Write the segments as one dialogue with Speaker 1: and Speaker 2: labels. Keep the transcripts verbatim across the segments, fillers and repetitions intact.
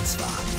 Speaker 1: s vámi.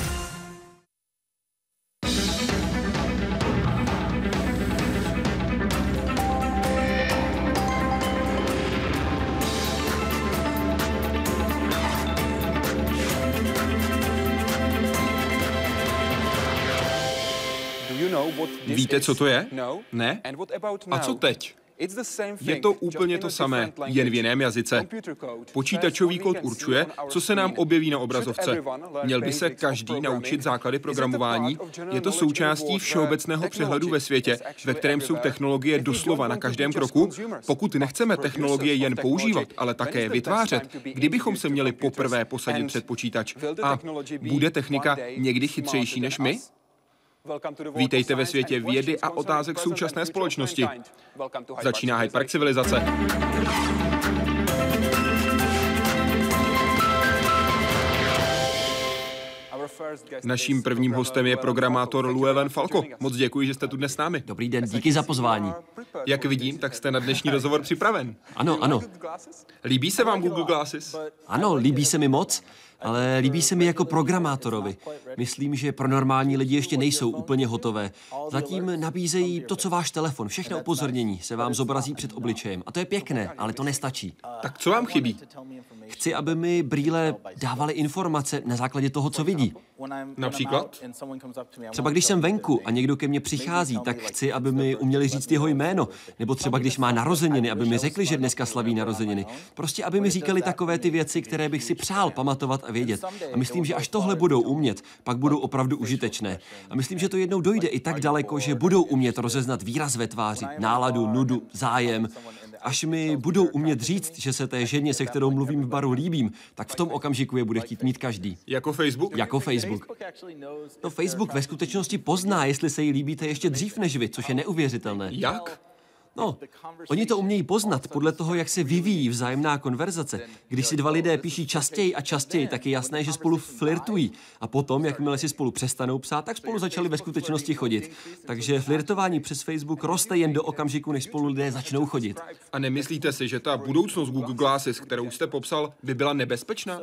Speaker 2: Víte, co to je? Ne? A co teď? Je to úplně to samé, jen v jiném jazyce. Počítačový kód určuje, co se nám objeví na obrazovce. Měl by se každý naučit základy programování. Je to součástí všeobecného přehledu ve světě, ve kterém jsou technologie doslova na každém kroku. Pokud nechceme technologie jen používat, ale také vytvářet, kdybychom se měli poprvé posadit před počítač? A bude technika někdy chytřejší než my? Vítejte ve světě vědy a otázek současné společnosti. Začíná Hyde Park civilizace. Naším prvním hostem je programátor Llewellyn Falco. Moc děkuji, že jste tu dnes s námi.
Speaker 3: Dobrý den, díky za pozvání.
Speaker 2: Jak vidím, tak jste na dnešní rozhovor připraven.
Speaker 3: Ano, ano.
Speaker 2: Líbí se vám Google Glasses?
Speaker 3: Ano, líbí se mi moc, ale líbí se mi jako programátorovi. Myslím, že pro normální lidi ještě nejsou úplně hotové. Zatím nabízejí to, co váš telefon. Všechno upozornění se vám zobrazí před obličejem. A to je pěkné, ale to nestačí.
Speaker 2: Tak co vám chybí?
Speaker 3: Chci, aby mi brýle dávaly informace na základě toho, co vidí.
Speaker 2: Například?
Speaker 3: Třeba když jsem venku a někdo ke mně přichází, tak chci, aby mi uměli říct jeho jméno. Nebo třeba když má narozeniny, aby mi řekli, že dneska slaví narozeniny. Prostě, aby mi říkali takové ty věci, které bych si přál pamatovat a vědět. A myslím, že až tohle budou umět, pak budou opravdu užitečné. A myslím, že to jednou dojde i tak daleko, že budou umět rozeznat výraz ve tváři, náladu, nudu, zájem. Až mi budou umět říct, že se té ženě, se kterou mluvím v baru, líbím, tak v tom okamžiku je bude chtít mít každý.
Speaker 2: Jako Facebook?
Speaker 3: Jako Facebook. No, Facebook ve skutečnosti pozná, jestli se jí líbíte ještě dřív než vy, což je neuvěřitelné.
Speaker 2: Jak?
Speaker 3: No, oni to umějí poznat podle toho, jak se vyvíjí vzájemná konverzace. Když si dva lidé píší častěji a častěji, tak je jasné, že spolu flirtují. A potom, jakmile si spolu přestanou psát, tak spolu začali ve skutečnosti chodit. Takže flirtování přes Facebook roste jen do okamžiku, než spolu lidé začnou chodit.
Speaker 2: A nemyslíte si, že ta budoucnost Google Glasses, kterou jste popsal, by byla nebezpečná?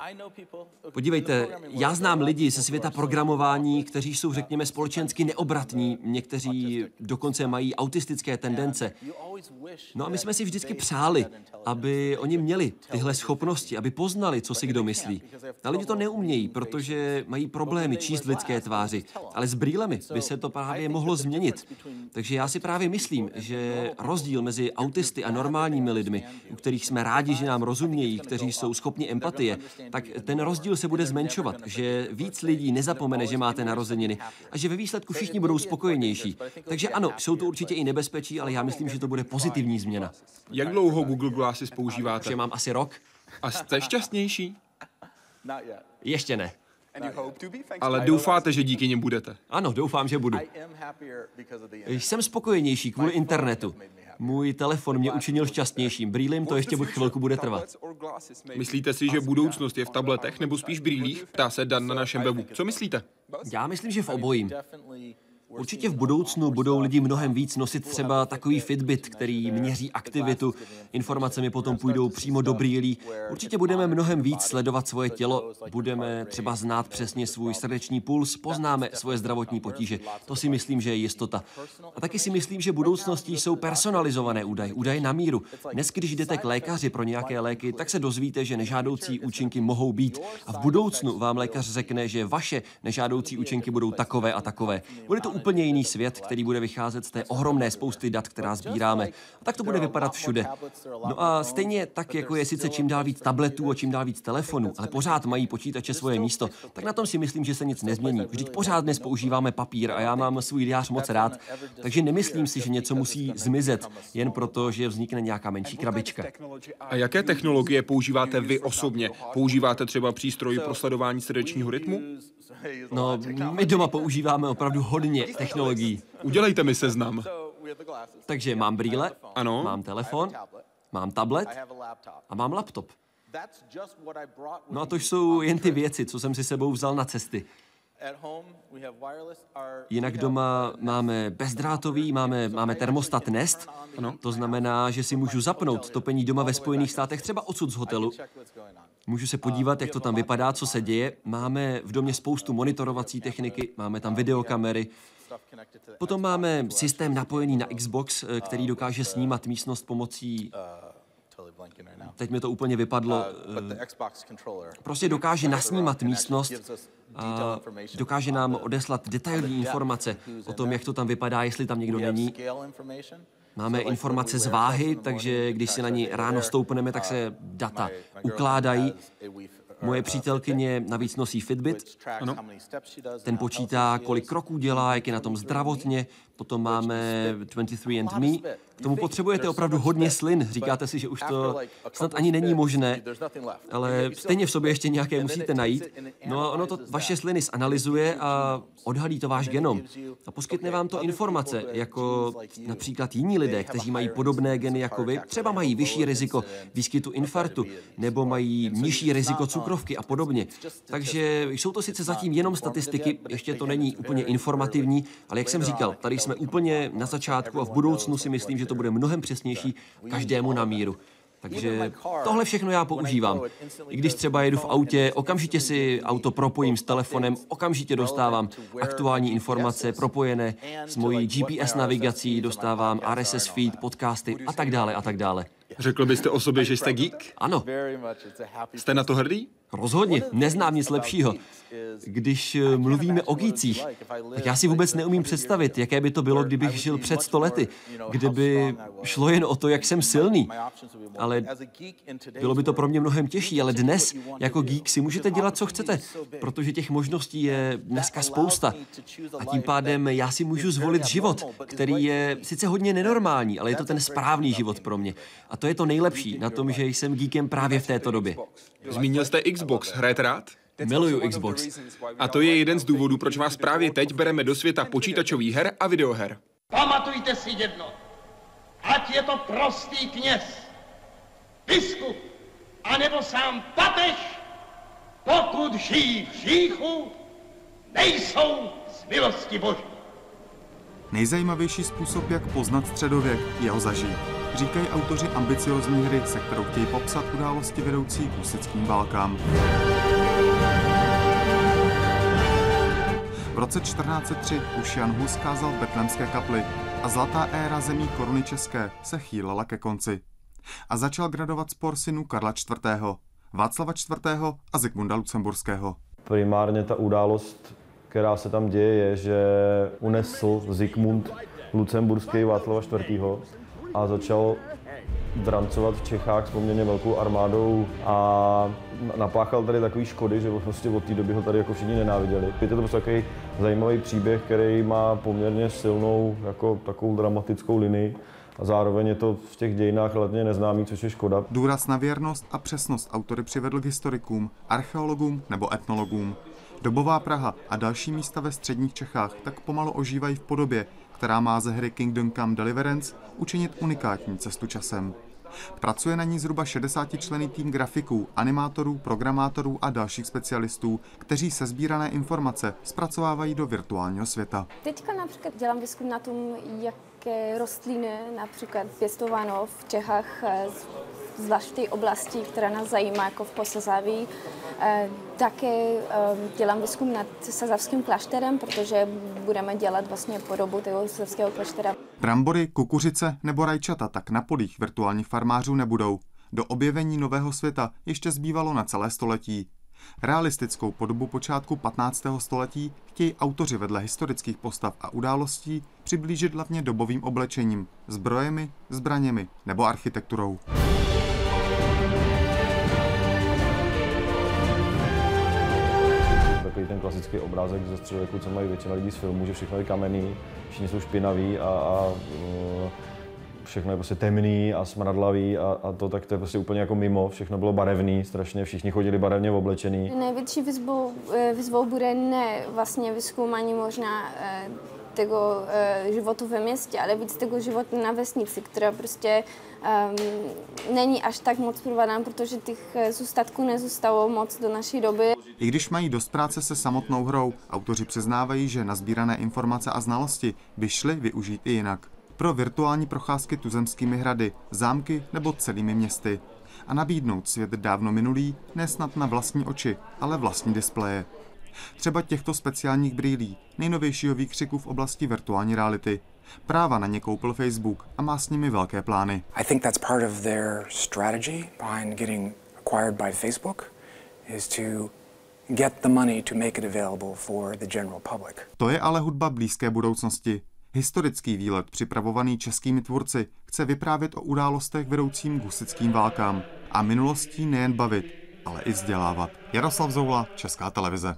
Speaker 3: Podívejte, já znám lidi ze světa programování, kteří jsou, řekněme, společensky neobratní, někteří dokonce mají autistické tendence. No a my jsme si vždycky přáli, aby oni měli tyhle schopnosti, aby poznali, co si kdo myslí. A lidi to neumějí, protože mají problémy číst lidské tváři, ale s brýlemi by se to právě mohlo změnit. Takže já si právě myslím, že rozdíl mezi autisty a normálními lidmi, u kterých jsme rádi, že nám rozumějí, kteří jsou schopni empatie, tak ten rozdíl se bude zmenšovat, že víc lidí nezapomene, že máte narozeniny a že ve výsledku všichni budou spokojenější. Takže ano, jsou to určitě i nebezpečí, ale já myslím, že to bude pozitivní změna.
Speaker 2: Jak dlouho Google Glasses používáte?
Speaker 3: Že mám asi rok.
Speaker 2: A jste šťastnější?
Speaker 3: Ještě ne.
Speaker 2: Ale doufáte, že díky nim budete?
Speaker 3: Ano, doufám, že budu. Jsem spokojenější kvůli internetu. Můj telefon mě učinil šťastnějším. Brýlím to ještě chvilku bude trvat.
Speaker 2: Myslíte si, že budoucnost je v tabletech nebo spíš brýlích? Ptá se Dan na našem webu. Co myslíte?
Speaker 3: Já myslím, že v obojím. Určitě v budoucnu budou lidi mnohem víc nosit třeba takový Fitbit, který měří aktivitu. Informace mi potom půjdou přímo do brýlí. Určitě budeme mnohem víc sledovat svoje tělo. Budeme třeba znát přesně svůj srdeční puls, poznáme svoje zdravotní potíže. To si myslím, že je jistota. A taky si myslím, že budoucností jsou personalizované údaje, údaje na míru. Dnes, když jdete k lékaři pro nějaké léky, tak se dozvíte, že nežádoucí účinky mohou být. A v budoucnu vám lékař řekne, že vaše nežádoucí účinky budou takové a takové. Bude to úplně jiný svět, který bude vycházet z té ohromné spousty dat, která sbíráme. A tak to bude vypadat všude. No a stejně tak, jako je sice čím dál víc tabletů a čím dál víc telefonů, ale pořád mají počítače svoje místo, tak na tom si myslím, že se nic nezmění. Vždyť pořád dnes používáme papír a já mám svůj diář moc rád, takže nemyslím si, že něco musí zmizet, jen proto, že vznikne nějaká menší krabička.
Speaker 2: A jaké technologie používáte vy osobně? Používáte třeba přístroj pro sledování srdečního rytmu?
Speaker 3: No, my doma používáme opravdu hodně technologií.
Speaker 2: Udělejte mi seznam.
Speaker 3: Takže mám brýle,
Speaker 2: ano,
Speaker 3: mám telefon, mám tablet a mám laptop. No a to jsou jen ty věci, co jsem si sebou vzal na cesty. Jinak doma máme bezdrátový, máme, máme termostat Nest. Ano. To znamená, že si můžu zapnout topení doma ve Spojených státech, třeba odsud z hotelu. Můžu se podívat, jak to tam vypadá, co se děje. Máme v domě spoustu monitorovací techniky, máme tam videokamery. Potom máme systém napojený na Xbox, který dokáže snímat místnost pomocí... Teď mi to úplně vypadlo. Prostě dokáže nasnímat místnost a dokáže nám odeslat detailní informace o tom, jak to tam vypadá, jestli tam někdo není. Máme informace z váhy, takže když si na ní ráno stoupneme, tak se data ukládají. Moje přítelkyně navíc nosí Fitbit. Ano. Ten počítá, kolik kroků dělá, jak je na tom zdravotně. Potom máme dvacet tři and me. K tomu potřebujete opravdu hodně slin. Říkáte si, že už to snad ani není možné, ale stejně v sobě ještě nějaké musíte najít. No a ono to vaše sliny zanalyzuje a odhalí to váš genom. A poskytne vám to informace, jako například jiní lidé, kteří mají podobné geny jako vy, třeba mají vyšší riziko výskytu infarktu, nebo mají nižší riziko cukrovky a podobně. Takže jsou to sice zatím jenom statistiky, ještě to není úplně informativní, ale jak jsem říkal, tady jsme úplně na začátku a v budoucnu si myslím, že to bude mnohem přesnější, každému na míru. Takže tohle všechno já používám. I když třeba jedu v autě, okamžitě si auto propojím s telefonem, okamžitě dostávám aktuální informace propojené s mojí G P S navigací, dostávám R S S feed, podcasty a tak dále a tak dále.
Speaker 2: Řekl byste o sobě, že jste geek?
Speaker 3: Ano.
Speaker 2: Jste na to hrdý?
Speaker 3: Rozhodně, neznám nic lepšího. Když mluvíme o geecích, tak já si vůbec neumím představit, jaké by to bylo, kdybych žil před sto lety, kdyby šlo jen o to, jak jsem silný. Ale bylo by to pro mě mnohem těžší, ale dnes jako geek si můžete dělat, co chcete, protože těch možností je dneska spousta. A tím pádem já si můžu zvolit život, který je sice hodně nenormální, ale je to ten správný život pro mě. A to je to nejlepší na tom, že jsem geekem právě v této době.
Speaker 2: Zmínil jste Xbox, hrajete rád?
Speaker 3: Miluju Xbox.
Speaker 2: A to je jeden z důvodů, proč vás právě teď bereme do světa počítačových her a videoher.
Speaker 1: Pamatujte si jedno, ať je to prostý kněz, biskup, anebo sám papež, pokud žijí v hříchu, nejsou z milosti Boží.
Speaker 4: Nejzajímavější způsob, jak poznat středověk, je ho zažít, říkají autoři ambiciozní hry, se kterou chtějí popsat události vedoucí k husitským válkám. V roce čtrnáct set tři už Jan Hus kázal v Betlémské kapli a zlatá éra zemí koruny české se chýlila ke konci. A začal gradovat spor synů Karla čtvrtého, Václava čtvrtého a Zikmunda Lucemburského.
Speaker 5: Primárně ta událost, která se tam děje, je, že unesl Zikmund Lucemburský Václava čtvrtého a začal drancovat v Čechách s poměrně velkou armádou a napáchal tady takový škody, že prostě od té doby ho tady jako všichni nenáviděli. Je to prostě takový zajímavý příběh, který má poměrně silnou jako takovou dramatickou linii a zároveň je to v těch dějinách relativně neznámý, což je škoda.
Speaker 4: Důraz na věrnost a přesnost autory přivedl k historikům, archeologům nebo etnologům. Dobová Praha a další místa ve středních Čechách tak pomalu ožívají v podobě, která má ze hry Kingdom Come Deliverance učinit unikátní cestu časem. Pracuje na ní zhruba šedesátičlenný tým grafiků, animátorů, programátorů a dalších specialistů, kteří sesbírané informace zpracovávají do virtuálního světa.
Speaker 6: Teďka například dělám výzkum na tom, jaké rostliny například pěstováno v Čechách, zvlášť v té oblasti, která nás zajímá, jako v Posazaví. Také dělám výzkum nad sazavským klášterem, protože budeme dělat vlastně podobu toho sazavského kláštera.
Speaker 4: Brambory, kukuřice nebo rajčata tak na polích virtuálních farmářů nebudou. Do objevení nového světa ještě zbývalo na celé století. Realistickou podobu počátku patnáctého století chtějí autoři vedle historických postav a událostí přiblížit hlavně dobovým oblečením, zbrojemi, zbraněmi nebo architekturou.
Speaker 5: Takový ten klasický obrázek ze středověku, co mají většina lidí z filmů, že všechno je kamenný, všichni jsou špinaví a, a všechno je prostě temný a smradlavý a, a to, tak to je prostě úplně jako mimo, všechno bylo barevný, strašně všichni chodili barevně oblečený.
Speaker 6: Největší výzvou, výzvou bude ne vlastně vyzkoumání možná tego životu ve městě, ale víc tego života na vesnici, která prostě um, není až tak moc prováděná, protože těch zůstatků nezůstalo moc do naší doby.
Speaker 4: I když mají dost práce se samotnou hrou, autoři přiznávají, že nazbírané informace a znalosti by šly využít i jinak. Pro virtuální procházky tuzemskými hrady, zámky nebo celými městy. a nabídnout svět dávno minulý nesnad na vlastní oči, ale vlastní displeje. Třeba těchto speciálních brýlí, nejnovějšího výkřiku v oblasti virtuální reality. Práva na ně koupil Facebook a má s nimi velké plány.
Speaker 7: I think that's part of their strategy behind getting acquired by Facebook is to get the money to make it available for the general public.
Speaker 4: To je ale hudba blízké budoucnosti. Historický výlet připravovaný českými tvůrci chce vyprávět o událostech vedoucím k husitským válkám a minulostí nejen bavit, ale i vzdělávat. Jaroslav Zoula, Česká televize.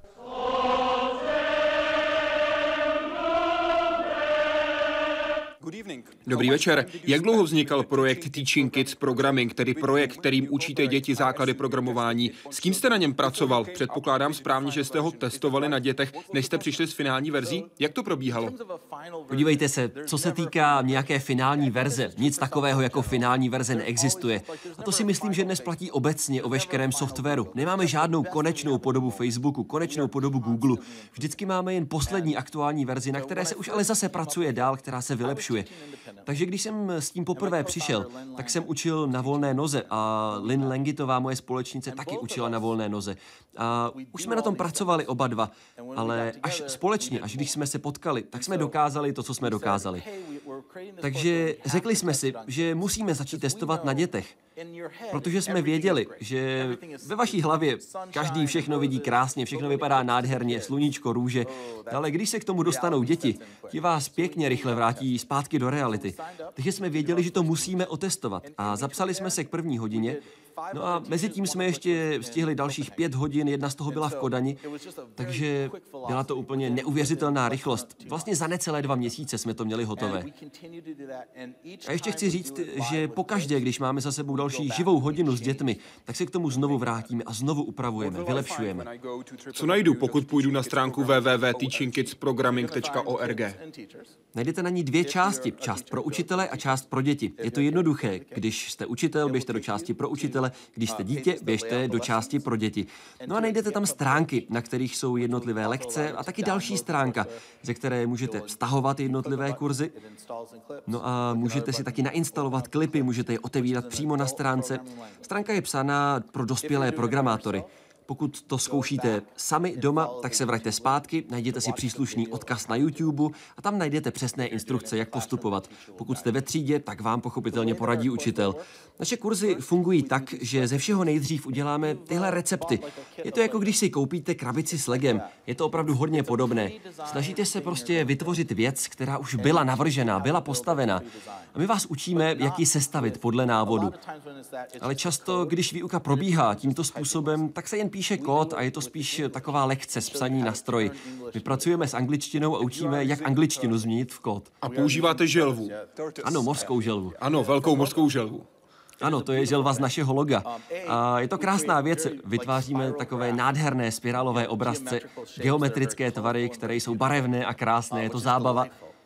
Speaker 2: Dobrý večer. Jak dlouho vznikal projekt Teaching Kids Programming, tedy projekt, kterým učíte děti základy programování? S kým jste na něm pracoval? Předpokládám správně, že jste ho testovali na dětech, než jste přišli s finální verzí? Jak to probíhalo?
Speaker 3: Podívejte se, co se týká nějaké finální verze, nic takového jako finální verze neexistuje. A to si myslím, že dnes platí obecně o veškerém softwaru. Nemáme žádnou konečnou podobu Facebooku, konečnou podobu Google. Vždycky máme jen poslední aktuální verzi, na které se už ale zase pracuje dál, která se vylepšuje. Takže když jsem s tím poprvé přišel, tak jsem učil na volné noze a Lynn Langitová, moje společnice, taky učila na volné noze. A už jsme na tom pracovali oba dva, ale až společně, až když jsme se potkali, tak jsme dokázali to, co jsme dokázali. Takže řekli jsme si, že musíme začít testovat na dětech, protože jsme věděli, že ve vaší hlavě každý všechno vidí krásně, všechno vypadá nádherně, sluníčko, růže, ale když se k tomu dostanou děti, ti vás pěkně rychle vrátí zpátky do reality. Takže jsme věděli, že to musíme otestovat a zapsali jsme se k první hodině. No a mezi tím jsme ještě stihli dalších pět hodin, jedna z toho byla v Kodani, takže byla to úplně neuvěřitelná rychlost. Vlastně za necelé dva měsíce jsme to měli hotové. A ještě chci říct, že pokaždé, když máme za sebou další živou hodinu s dětmi, tak se k tomu znovu vrátíme a znovu upravujeme, vylepšujeme.
Speaker 2: Co najdu, pokud půjdu na stránku w w w tečka teaching kids programming tečka org?
Speaker 3: Najdete na ní dvě části, část pro učitele a část pro děti. Je to jednoduché, když jste učitel, běžte do části pro učitele, když jste dítě, běžte do části pro děti. No a najdete tam stránky, na kterých jsou jednotlivé lekce a taky další stránka, ze které můžete stahovat jednotlivé kurzy. No a můžete si taky nainstalovat klipy, můžete je otevírat přímo na stránce. Stránka je psaná pro dospělé programátory. Pokud to zkoušíte sami doma, tak se vraťte zpátky, najděte si příslušný odkaz na YouTube a tam najdete přesné instrukce, jak postupovat. Pokud jste ve třídě, tak vám pochopitelně poradí učitel. Naše kurzy fungují tak, že ze všeho nejdřív uděláme tyhle recepty. Je to jako když si koupíte krabici s legem. Je to opravdu hodně podobné. Snažíte se prostě vytvořit věc, která už byla navržená, byla postavená. A my vás učíme, jak ji sestavit podle návodu. Ale často, když výuka probíhá tímto způsobem, tak se jen píše kód a je to spíš taková lekce s psaní na stroji. My pracujeme s angličtinou a učíme, jak angličtinu změnit v kód.
Speaker 2: A používáte želvu?
Speaker 3: Ano, mořskou želvu.
Speaker 2: Ano, velkou mořskou želvu.
Speaker 3: Ano, to je želva z našeho loga. A je to krásná věc. Vytváříme takové nádherné spirálové obrazce, geometrické tvary, které jsou barevné a krásné. Je to zábava.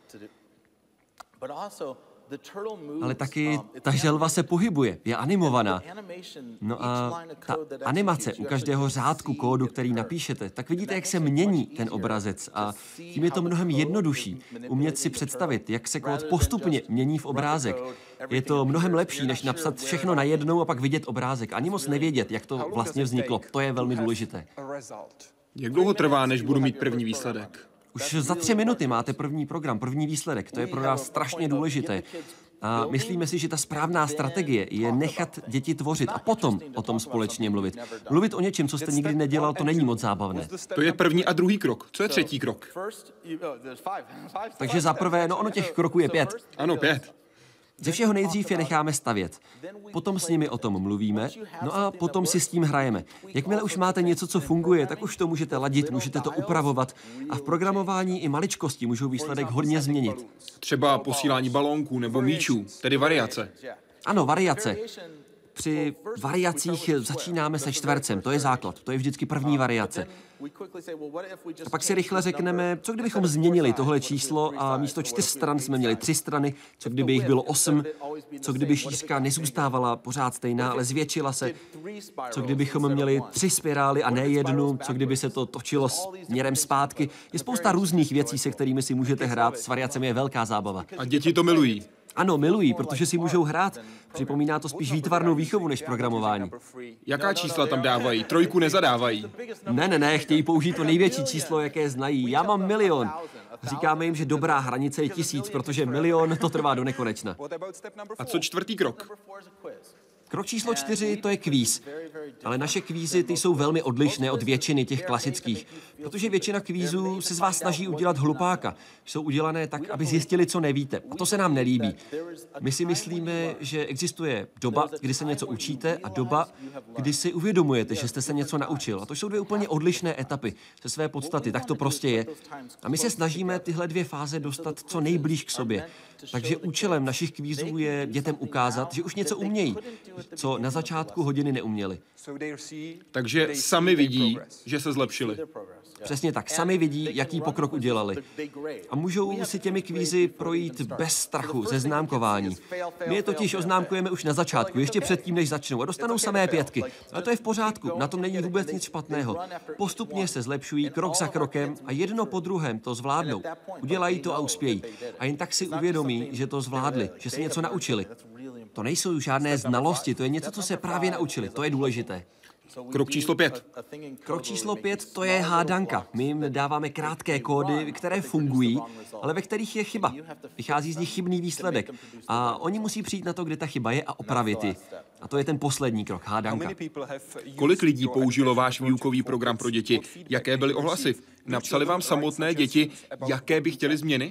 Speaker 3: Ale taky ta želva se pohybuje, je animovaná. No a ta animace u každého řádku kódu, který napíšete, tak vidíte, jak se mění ten obrazec a tím je to mnohem jednodušší umět si představit, jak se kód postupně mění v obrázek. Je to mnohem lepší, než napsat všechno najednou a pak vidět obrázek. Ani moc nevědět, jak to vlastně vzniklo. To je velmi důležité.
Speaker 2: Jak dlouho trvá, než budu mít první výsledek?
Speaker 3: Už za tři minuty máte první program, první výsledek. To je pro nás strašně důležité. A myslíme si, že ta správná strategie je nechat děti tvořit a potom o tom společně mluvit. Mluvit o něčem, co jste nikdy nedělal, to není moc zábavné.
Speaker 2: To je první a druhý krok. Co je třetí krok?
Speaker 3: Takže za prvé, no ono těch kroků je pět.
Speaker 2: Ano, pět.
Speaker 3: Ze všeho nejdřív je necháme stavět. Potom s nimi o tom mluvíme, no a potom si s tím hrajeme. Jakmile už máte něco, co funguje, tak už to můžete ladit, můžete to upravovat a v programování i maličkosti můžou výsledek hodně změnit.
Speaker 2: Třeba posílání balónků nebo míčů, tedy variace.
Speaker 3: Ano, variace. Při variacích začínáme se čtvercem, to je základ, to je vždycky první variace. A pak si rychle řekneme, co kdybychom změnili tohle číslo a místo čtyř stran jsme měli tři strany, co kdyby jich bylo osm, co kdyby šířka nezůstávala pořád stejná, ale zvětšila se, co kdybychom měli tři spirály a ne jednu, co kdyby se to točilo směrem zpátky. Je spousta různých věcí, se kterými si můžete hrát, s variacemi je velká zábava.
Speaker 2: A děti to milují.
Speaker 3: Ano, milují, protože si můžou hrát. Připomíná to spíš výtvarnou výchovu než programování.
Speaker 2: Jaká čísla tam dávají? Trojku nezadávají.
Speaker 3: Ne, ne, ne, chtějí použít to největší číslo, jaké znají. Já mám milion. Říkáme jim, že dobrá hranice je tisíc, protože milion to trvá do nekonečna.
Speaker 2: A co čtvrtý krok?
Speaker 3: Krok číslo čtyři, to je kvíz. Ale naše kvízy, ty jsou velmi odlišné od většiny těch klasických, protože většina kvízů se z vás snaží udělat hlupáka. Jsou udělané tak, aby zjistili, co nevíte. A to se nám nelíbí. My si myslíme, že existuje doba, kdy se něco učíte a doba, kdy si uvědomujete, že jste se něco naučil. A to jsou dvě úplně odlišné etapy ze své podstaty. Tak to prostě je. A my se snažíme tyhle dvě fáze dostat co nejblíž k sobě. Takže účelem našich kvízů je dětem ukázat, že už něco umějí, co na začátku hodiny neuměli.
Speaker 2: Takže sami vidí, že se zlepšili.
Speaker 3: Přesně tak, sami vidí, jaký pokrok udělali. A můžou si těmi kvízy projít bez strachu ze známkování. My je totiž oznámkujeme už na začátku, ještě předtím, než začnou, a dostanou samé pětky. Ale to je v pořádku, na tom není vůbec nic špatného. Postupně se zlepšují krok za krokem a jedno po druhém to zvládnou. Udělají to a uspějí. A jen tak si uvědomí, že to zvládli, že se něco naučili. To nejsou žádné znalosti, to je něco, co se právě naučili. To je důležité.
Speaker 2: Krok číslo pět.
Speaker 3: Krok číslo pět, to je hádanka. My jim dáváme krátké kódy, které fungují, ale ve kterých je chyba. Vychází z nich chybný výsledek. A oni musí přijít na to, kde ta chyba je a opravit ji. A to je ten poslední krok, hádanka.
Speaker 2: Kolik lidí použilo váš výukový program pro děti? Jaké byly ohlasy? Napsali vám samotné děti, jaké by chtěli změny?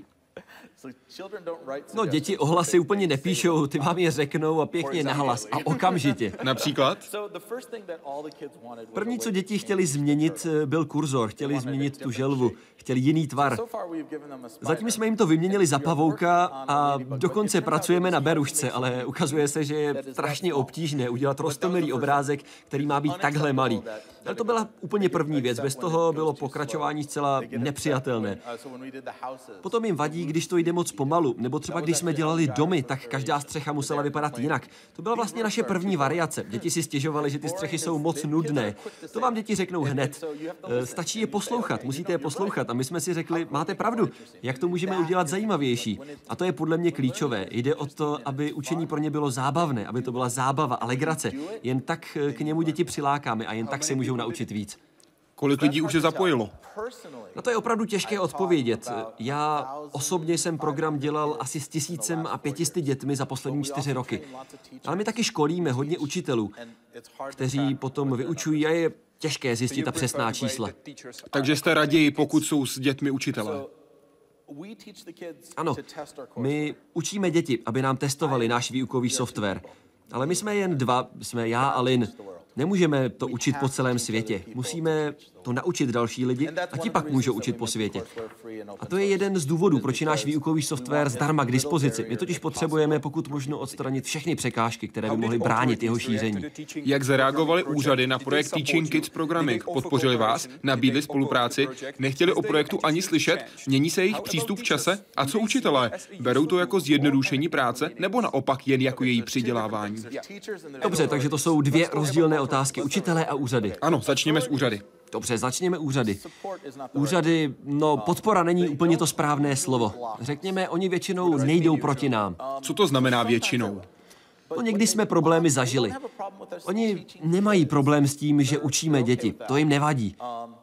Speaker 3: No, děti ohlasy úplně nepíšou, ty vám je řeknou a pěkně nahlas a okamžitě.
Speaker 2: Například?
Speaker 3: První, co děti chtěli změnit, byl kurzor, chtěli změnit tu želvu, chtěli jiný tvar. Zatím jsme jim to vyměnili za pavouka a dokonce pracujeme na berušce, ale ukazuje se, že je strašně obtížné udělat roztomilý obrázek, který má být takhle malý. Ale to byla úplně první věc, bez toho bylo pokračování zcela nepřijatelné. Potom jim vadí, když to jde moc pomalu, nebo třeba když jsme dělali domy, tak každá střecha musela vypadat jinak. To byla vlastně naše první variace. Děti si stěžovaly, že ty střechy jsou moc nudné. To vám děti řeknou hned. Stačí je poslouchat, musíte je poslouchat. A my jsme si řekli, máte pravdu, jak to můžeme udělat zajímavější. A to je podle mě klíčové. Jde o to, aby učení pro ně bylo zábavné, aby to byla zábava a legrace. Jen tak k němu děti přilákáme a jen tak se můžou naučit víc.
Speaker 2: Kolik lidí už se zapojilo?
Speaker 3: No to je opravdu těžké odpovědět. Já osobně jsem program dělal asi s tisícem a pětisty dětmi za poslední čtyři roky. Ale my taky školíme hodně učitelů, kteří potom vyučují a je těžké zjistit ta přesná čísla.
Speaker 2: Takže jste raději, pokud jsou s dětmi učitelé?
Speaker 3: Ano, my učíme děti, aby nám testovali náš výukový software. Ale my jsme jen dva, jsme já a Lynn. Nemůžeme to učit po celém světě. Musíme to naučit další lidi a ti pak můžou učit po světě. A to je jeden z důvodů, proč je náš výukový software zdarma k dispozici. My totiž potřebujeme pokud možno odstranit všechny překážky, které by mohly bránit jeho šíření.
Speaker 2: Jak zareagovaly úřady na projekt Teaching Kids Programming? Podpořili vás? Nabídli spolupráci? Nechtěli o projektu ani slyšet? Mění se jejich přístup v čase? A co učitelé? Berou to jako zjednodušení práce nebo naopak jen jako její přidělávání?
Speaker 3: Dobře, takže to jsou dvě rozdílné otázky. Učitelé a úřady.
Speaker 2: Ano, začněme s úřady.
Speaker 3: Dobře, začněme úřady. Úřady, no podpora není úplně to správné slovo. Řekněme, oni většinou nejdou proti nám.
Speaker 2: Co to znamená většinou?
Speaker 3: No někdy jsme problémy zažili. Oni nemají problém s tím, že učíme děti. To jim nevadí.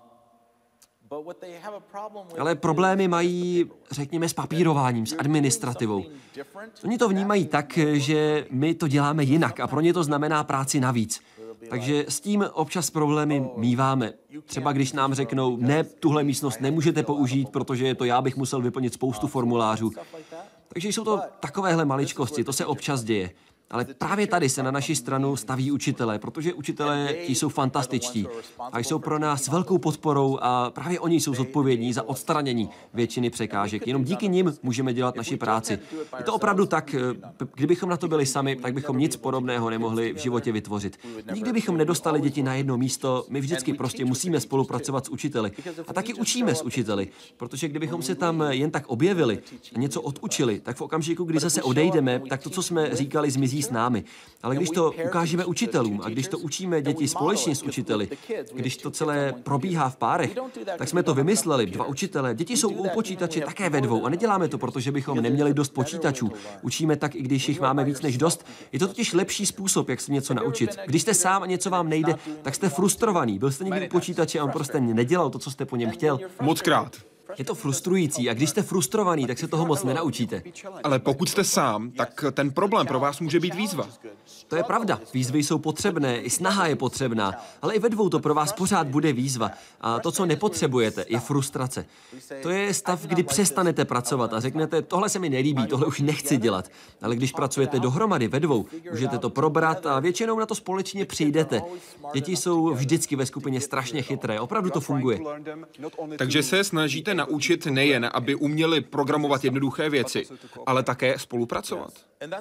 Speaker 3: Ale problémy mají, řekněme, s papírováním, s administrativou. Oni to vnímají tak, že my to děláme jinak a pro ně to znamená práci navíc. Takže s tím občas problémy míváme. Třeba když nám řeknou, ne, tuhle místnost nemůžete použít, protože to já bych musel vyplnit spoustu formulářů. Takže jsou to takovéhle maličkosti, to se občas děje. Ale právě tady se na naši stranu staví učitelé, protože učitelé ti jsou fantastičtí a jsou pro nás velkou podporou a právě oni jsou zodpovědní za odstranění většiny překážek. Jenom díky nim můžeme dělat naši práci. Je to opravdu tak, kdybychom na to byli sami, tak bychom nic podobného nemohli v životě vytvořit. Nikdy bychom nedostali děti na jedno místo, my vždycky prostě musíme spolupracovat s učiteli. A taky učíme s učiteli, protože kdybychom se tam jen tak objevili a něco odučili, tak v okamžiku, kdy zase odejdeme, tak to, co jsme říkali, zmizí s námi. Ale když to ukážeme učitelům a když to učíme děti společně s učiteli, když to celé probíhá v párech, tak jsme to vymysleli, dva učitelé. Děti jsou u počítače také ve dvou a neděláme to, protože bychom neměli dost počítačů. Učíme tak, i když jich máme víc než dost. Je to totiž lepší způsob, jak se něco naučit. Když jste sám a něco vám nejde, tak jste frustrovaný. Byl jste někdy u počítače a on prostě nedělal to, co jste po něm chtěl.
Speaker 2: Mockrát.
Speaker 3: Je to frustrující a když jste frustrovaný, tak se toho moc nenaučíte.
Speaker 2: Ale pokud jste sám, tak ten problém pro vás může být výzva.
Speaker 3: To je pravda. Výzvy jsou potřebné, i snaha je potřebná, ale i ve dvou to pro vás pořád bude výzva. A to, co nepotřebujete, je frustrace. To je stav, kdy přestanete pracovat a řeknete, tohle se mi nelíbí, tohle už nechci dělat. Ale když pracujete dohromady ve dvou, můžete to probrat a většinou na to společně přijdete. Děti jsou vždycky ve skupině strašně chytré, opravdu to funguje.
Speaker 2: Takže se snažíte naučit nejen, aby uměli programovat jednoduché věci, ale také spolupracovat.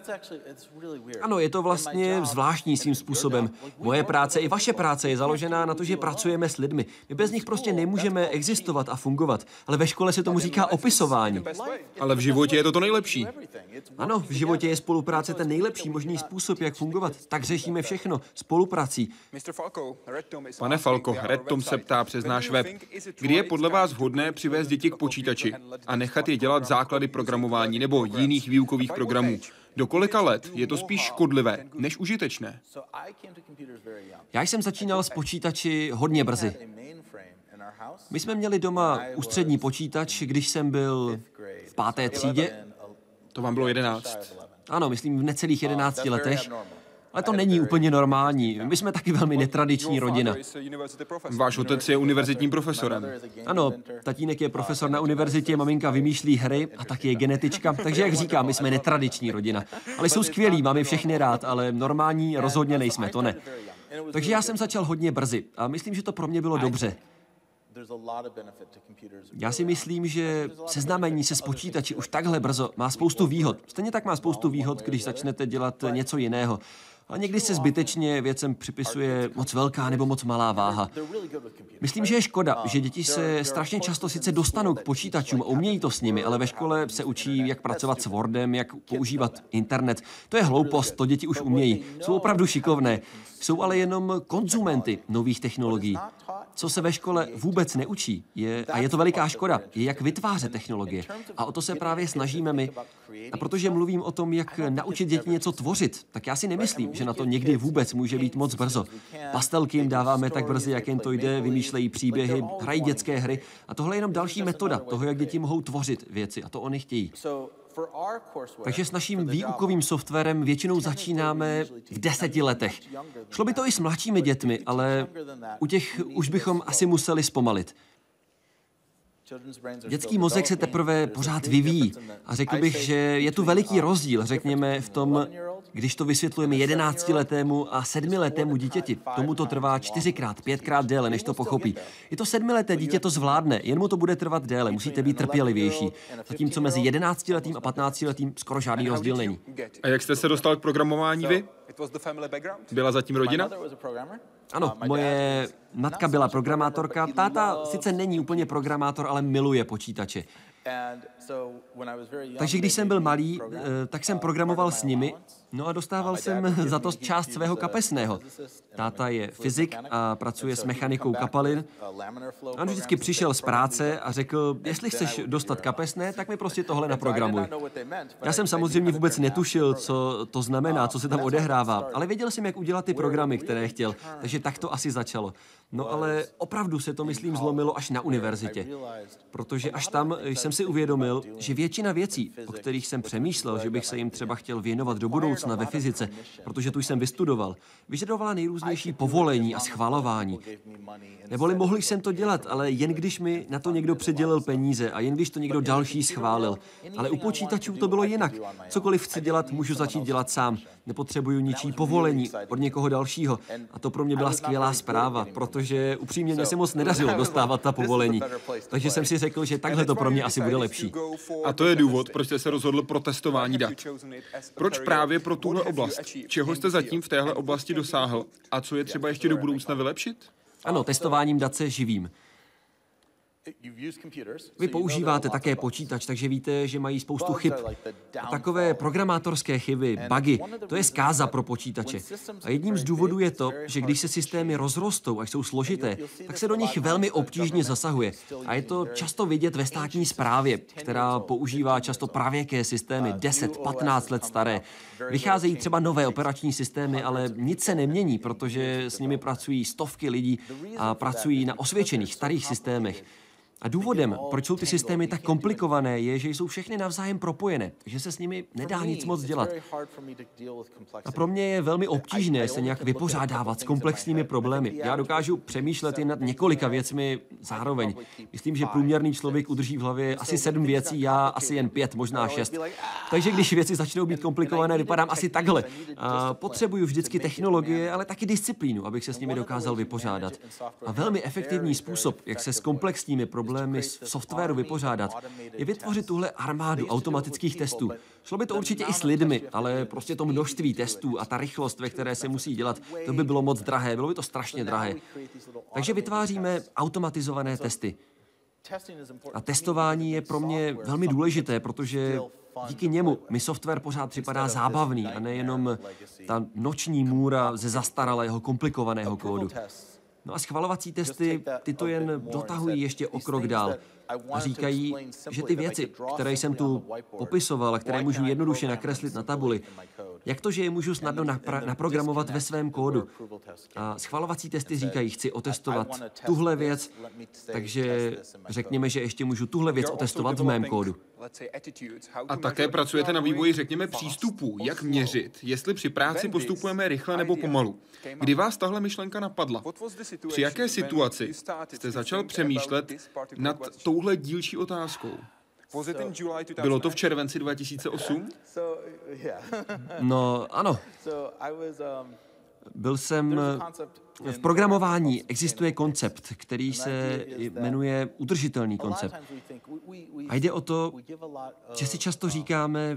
Speaker 3: Ano, je to vlastně zvláštní svým způsobem. Moje práce i vaše práce je založená na to, že pracujeme s lidmi. My bez nich prostě nemůžeme existovat a fungovat. Ale ve škole se tomu říká opisování.
Speaker 2: Ale v životě je to to nejlepší.
Speaker 3: Ano, v životě je spolupráce ten nejlepší možný způsob, jak fungovat. Tak řešíme všechno spoluprací.
Speaker 2: Pane Falco, Red Tom se ptá přes náš web, kdy je podle vás vhodné přivést děti k počítači a nechat je dělat základy programování nebo jiných výukových programů. Do kolika let je to spíš škodlivé než užitečné?
Speaker 3: Já jsem začínal s počítači hodně brzy. My jsme měli doma ústřední počítač, když jsem byl v páté třídě.
Speaker 2: To vám bylo jedenáct.
Speaker 3: Ano, myslím v necelých jedenácti letech. Ale to není úplně normální. My jsme taky velmi netradiční rodina.
Speaker 2: Váš otec je univerzitním profesorem.
Speaker 3: Ano, tatínek je profesor na univerzitě, maminka vymýšlí hry a taky je genetička, takže jak říkám, my jsme netradiční rodina. Ale jsou skvělí, máme všechny rád, ale normální rozhodně nejsme, to ne. Takže já jsem začal hodně brzy a myslím, že to pro mě bylo dobře. Já si myslím, že seznámení se s počítači už takhle brzo má spoustu výhod. Stejně tak má spoustu výhod, když začnete dělat něco jiného. A někdy se zbytečně věcem připisuje moc velká nebo moc malá váha. Myslím, že je škoda, že děti se strašně často sice dostanou k počítačům a umějí to s nimi, ale ve škole se učí, jak pracovat s Wordem, jak používat internet. To je hloupost, to děti už umějí. Jsou opravdu šikovné. Jsou ale jenom konzumenty nových technologií. Co se ve škole vůbec neučí, je, a je to veliká škoda, je jak vytvářet technologie. A o to se právě snažíme my. A protože mluvím o tom, jak naučit děti něco tvořit, tak já si nemyslím, že na to někdy vůbec může být moc brzo. Pastelky jim dáváme tak brzy, jak jen to jde, vymýšlejí příběhy, hrají dětské hry. A tohle je jenom další metoda toho, jak děti mohou tvořit věci. A to oni chtějí. Takže s naším výukovým softwarem většinou začínáme v deseti letech. Šlo by to i s mladšími dětmi, ale u těch už bychom asi museli zpomalit. Dětský mozek se teprve pořád vyvíjí a řekl bych, že je tu veliký rozdíl, řekněme, v tom, když to vysvětlujeme jedenáctiletému a sedmiletému dítěti. Tomu to trvá čtyřikrát, pětkrát déle, než to pochopí. I to sedmileté dítě to zvládne, jen mu to bude trvat déle, musíte být trpělivější. Zatímco mezi jedenáctiletým a patnáctiletým skoro žádný rozdíl není.
Speaker 2: A jak jste se dostal k programování vy? Byla zatím rodina?
Speaker 3: Ano, moje matka byla programátorka, táta sice není úplně programátor, ale miluje počítače. Takže když jsem byl malý, tak jsem programoval s nimi, no a dostával jsem za to část svého kapesného. Táta je fyzik a pracuje s mechanikou kapalin. On vždycky přišel z práce a řekl, jestli chceš dostat kapesné, tak mi prostě tohle naprogramuj. Já jsem samozřejmě vůbec netušil, co to znamená, co se tam odehrává, ale věděl jsem, jak udělat ty programy, které chtěl, takže tak to asi začalo. No ale opravdu se to, myslím, zlomilo až na univerzitě, protože až tam jsem si uvědomil, že většina věcí, o kterých jsem přemýšlel, že bych se jim třeba chtěl věnovat do budoucna ve fyzice, protože tu jsem vystudoval, vyžadovala nejrůznější povolení a schvalování. Neboli mohl jsem to dělat, ale jen když mi na to někdo předělil peníze a jen když to někdo další schválil. Ale u počítačů to bylo jinak. Cokoliv chci dělat, můžu začít dělat sám. Nepotřebuju ničí povolení od někoho dalšího. A to pro mě byla skvělá zpráva, protože upřímně mě se moc nedařilo dostávat ta povolení. Takže jsem si řekl, že takhle to pro mě asi bude lepší.
Speaker 2: A to je důvod, proč jste se rozhodl pro testování dat. Proč právě pro tuhle oblast? Čeho jste zatím v téhle oblasti dosáhl? A co je třeba ještě do budoucna vylepšit?
Speaker 3: Ano, testováním dat se živím. Vy používáte také počítač, takže víte, že mají spoustu chyb. A takové programátorské chyby, bugy, to je zkáza pro počítače. A jedním z důvodů je to, že když se systémy rozrostou a jsou složité, tak se do nich velmi obtížně zasahuje. A je to často vidět ve státní správě, která používá často pravěké systémy, deset patnáct let staré. Vycházejí třeba nové operační systémy, ale nic se nemění, protože s nimi pracují stovky lidí a pracují na osvědčených starých systémech. A důvodem, proč jsou ty systémy tak komplikované, je, že jsou všechny navzájem propojené, že se s nimi nedá nic moc dělat. A pro mě je velmi obtížné se nějak vypořádávat s komplexními problémy. Já dokážu přemýšlet jen nad několika věcmi zároveň. Myslím, že průměrný člověk udrží v hlavě asi sedm věcí, já asi jen pět, možná šest. Takže když věci začnou být komplikované, vypadám asi takhle. A potřebuju vždycky technologie, ale taky disciplínu, abych se s nimi dokázal vypořádat. A velmi efektivní způsob, jak se s komplexními problémy problémy v softwaru vypořádat, je vytvořit tuhle armádu automatických testů. Šlo by to určitě i s lidmi, ale prostě to množství testů a ta rychlost, ve které se musí dělat, to by bylo moc drahé, bylo by to strašně drahé. Takže vytváříme automatizované testy. A testování je pro mě velmi důležité, protože díky němu mi software pořád připadá zábavný a nejenom ta noční můra ze zastaralého, komplikovaného kódu. No a schvalovací testy, ty to jen dotahují ještě o krok dál a říkají, že ty věci, které jsem tu popisoval a které můžu jednoduše nakreslit na tabuli, jak to, že je můžu snadno napra- naprogramovat ve svém kódu. A schvalovací testy říkají, chci otestovat tuhle věc, takže řekněme, že ještě můžu tuhle věc otestovat v mém kódu.
Speaker 2: A také pracujete na vývoji, řekněme, přístupů, jak měřit, jestli při práci postupujeme rychle nebo pomalu. Kdy vás tahle myšlenka napadla? Při jaké situaci jste začal přemýšlet nad touhle dílčí otázkou? Bylo to v červenci dva tisíce osm?
Speaker 3: No, ano. Byl jsem... V programování existuje koncept, který se jmenuje udržitelný koncept. A jde o to, že si často říkáme,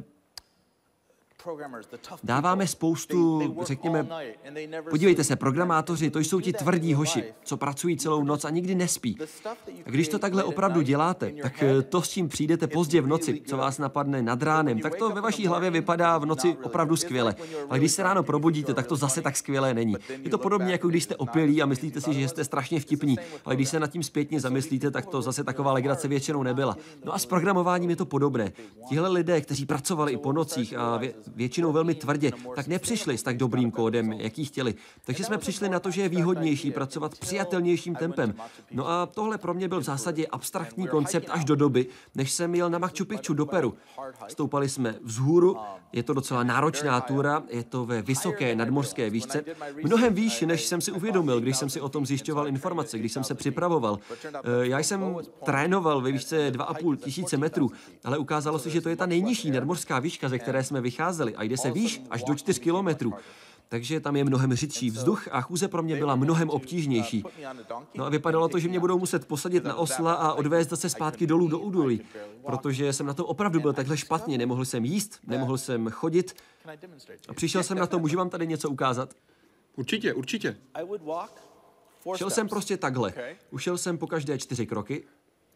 Speaker 3: dáváme spoustu, řekněme, podívejte se, programátoři, to jsou ti tvrdí hoši, co pracují celou noc a nikdy nespí. A když to takhle opravdu děláte, tak to, s čím přijdete pozdě v noci, co vás napadne nad ránem, tak to ve vaší hlavě vypadá v noci opravdu skvěle. Ale když se ráno probudíte, tak to zase tak skvělé není. Je to podobně, jako když jste opilí a myslíte si, že jste strašně vtipní, ale když se nad tím zpětně zamyslíte, tak to zase taková legrace většinou nebyla. No a s programováním je to podobné. Tihle lidé, kteří pracovali i po nocích a většinou velmi tvrdě, tak nepřišli s tak dobrým kódem, jaký chtěli. Takže jsme přišli na to, že je výhodnější pracovat přijatelnějším tempem. No a tohle pro mě byl v zásadě abstraktní koncept až do doby, než jsem jel na Machu Picchu do Peru. Stoupali jsme vzhůru, je to docela náročná túra, je to ve vysoké nadmořské výšce, mnohem výš, než jsem si uvědomil, když jsem si o tom zjišťoval informace, když jsem se připravoval. Já jsem trénoval ve výšce dva a půl tisíce metrů, ale ukázalo se, že to je ta nejnižší nadmořská výška, ze které jsme vycházeli. A jde se výš až do čtyř kilometrů. Takže tam je mnohem řidší vzduch a chůze pro mě byla mnohem obtížnější. No a vypadalo to, že mě budou muset posadit na osla a odvést zase zpátky dolů do údolí, protože jsem na to opravdu byl takhle špatně. Nemohl jsem jíst, nemohl jsem chodit. A přišel jsem na to, můžu vám tady něco ukázat?
Speaker 2: Určitě, určitě.
Speaker 3: Šel jsem prostě takhle. Ušel jsem po každé čtyři kroky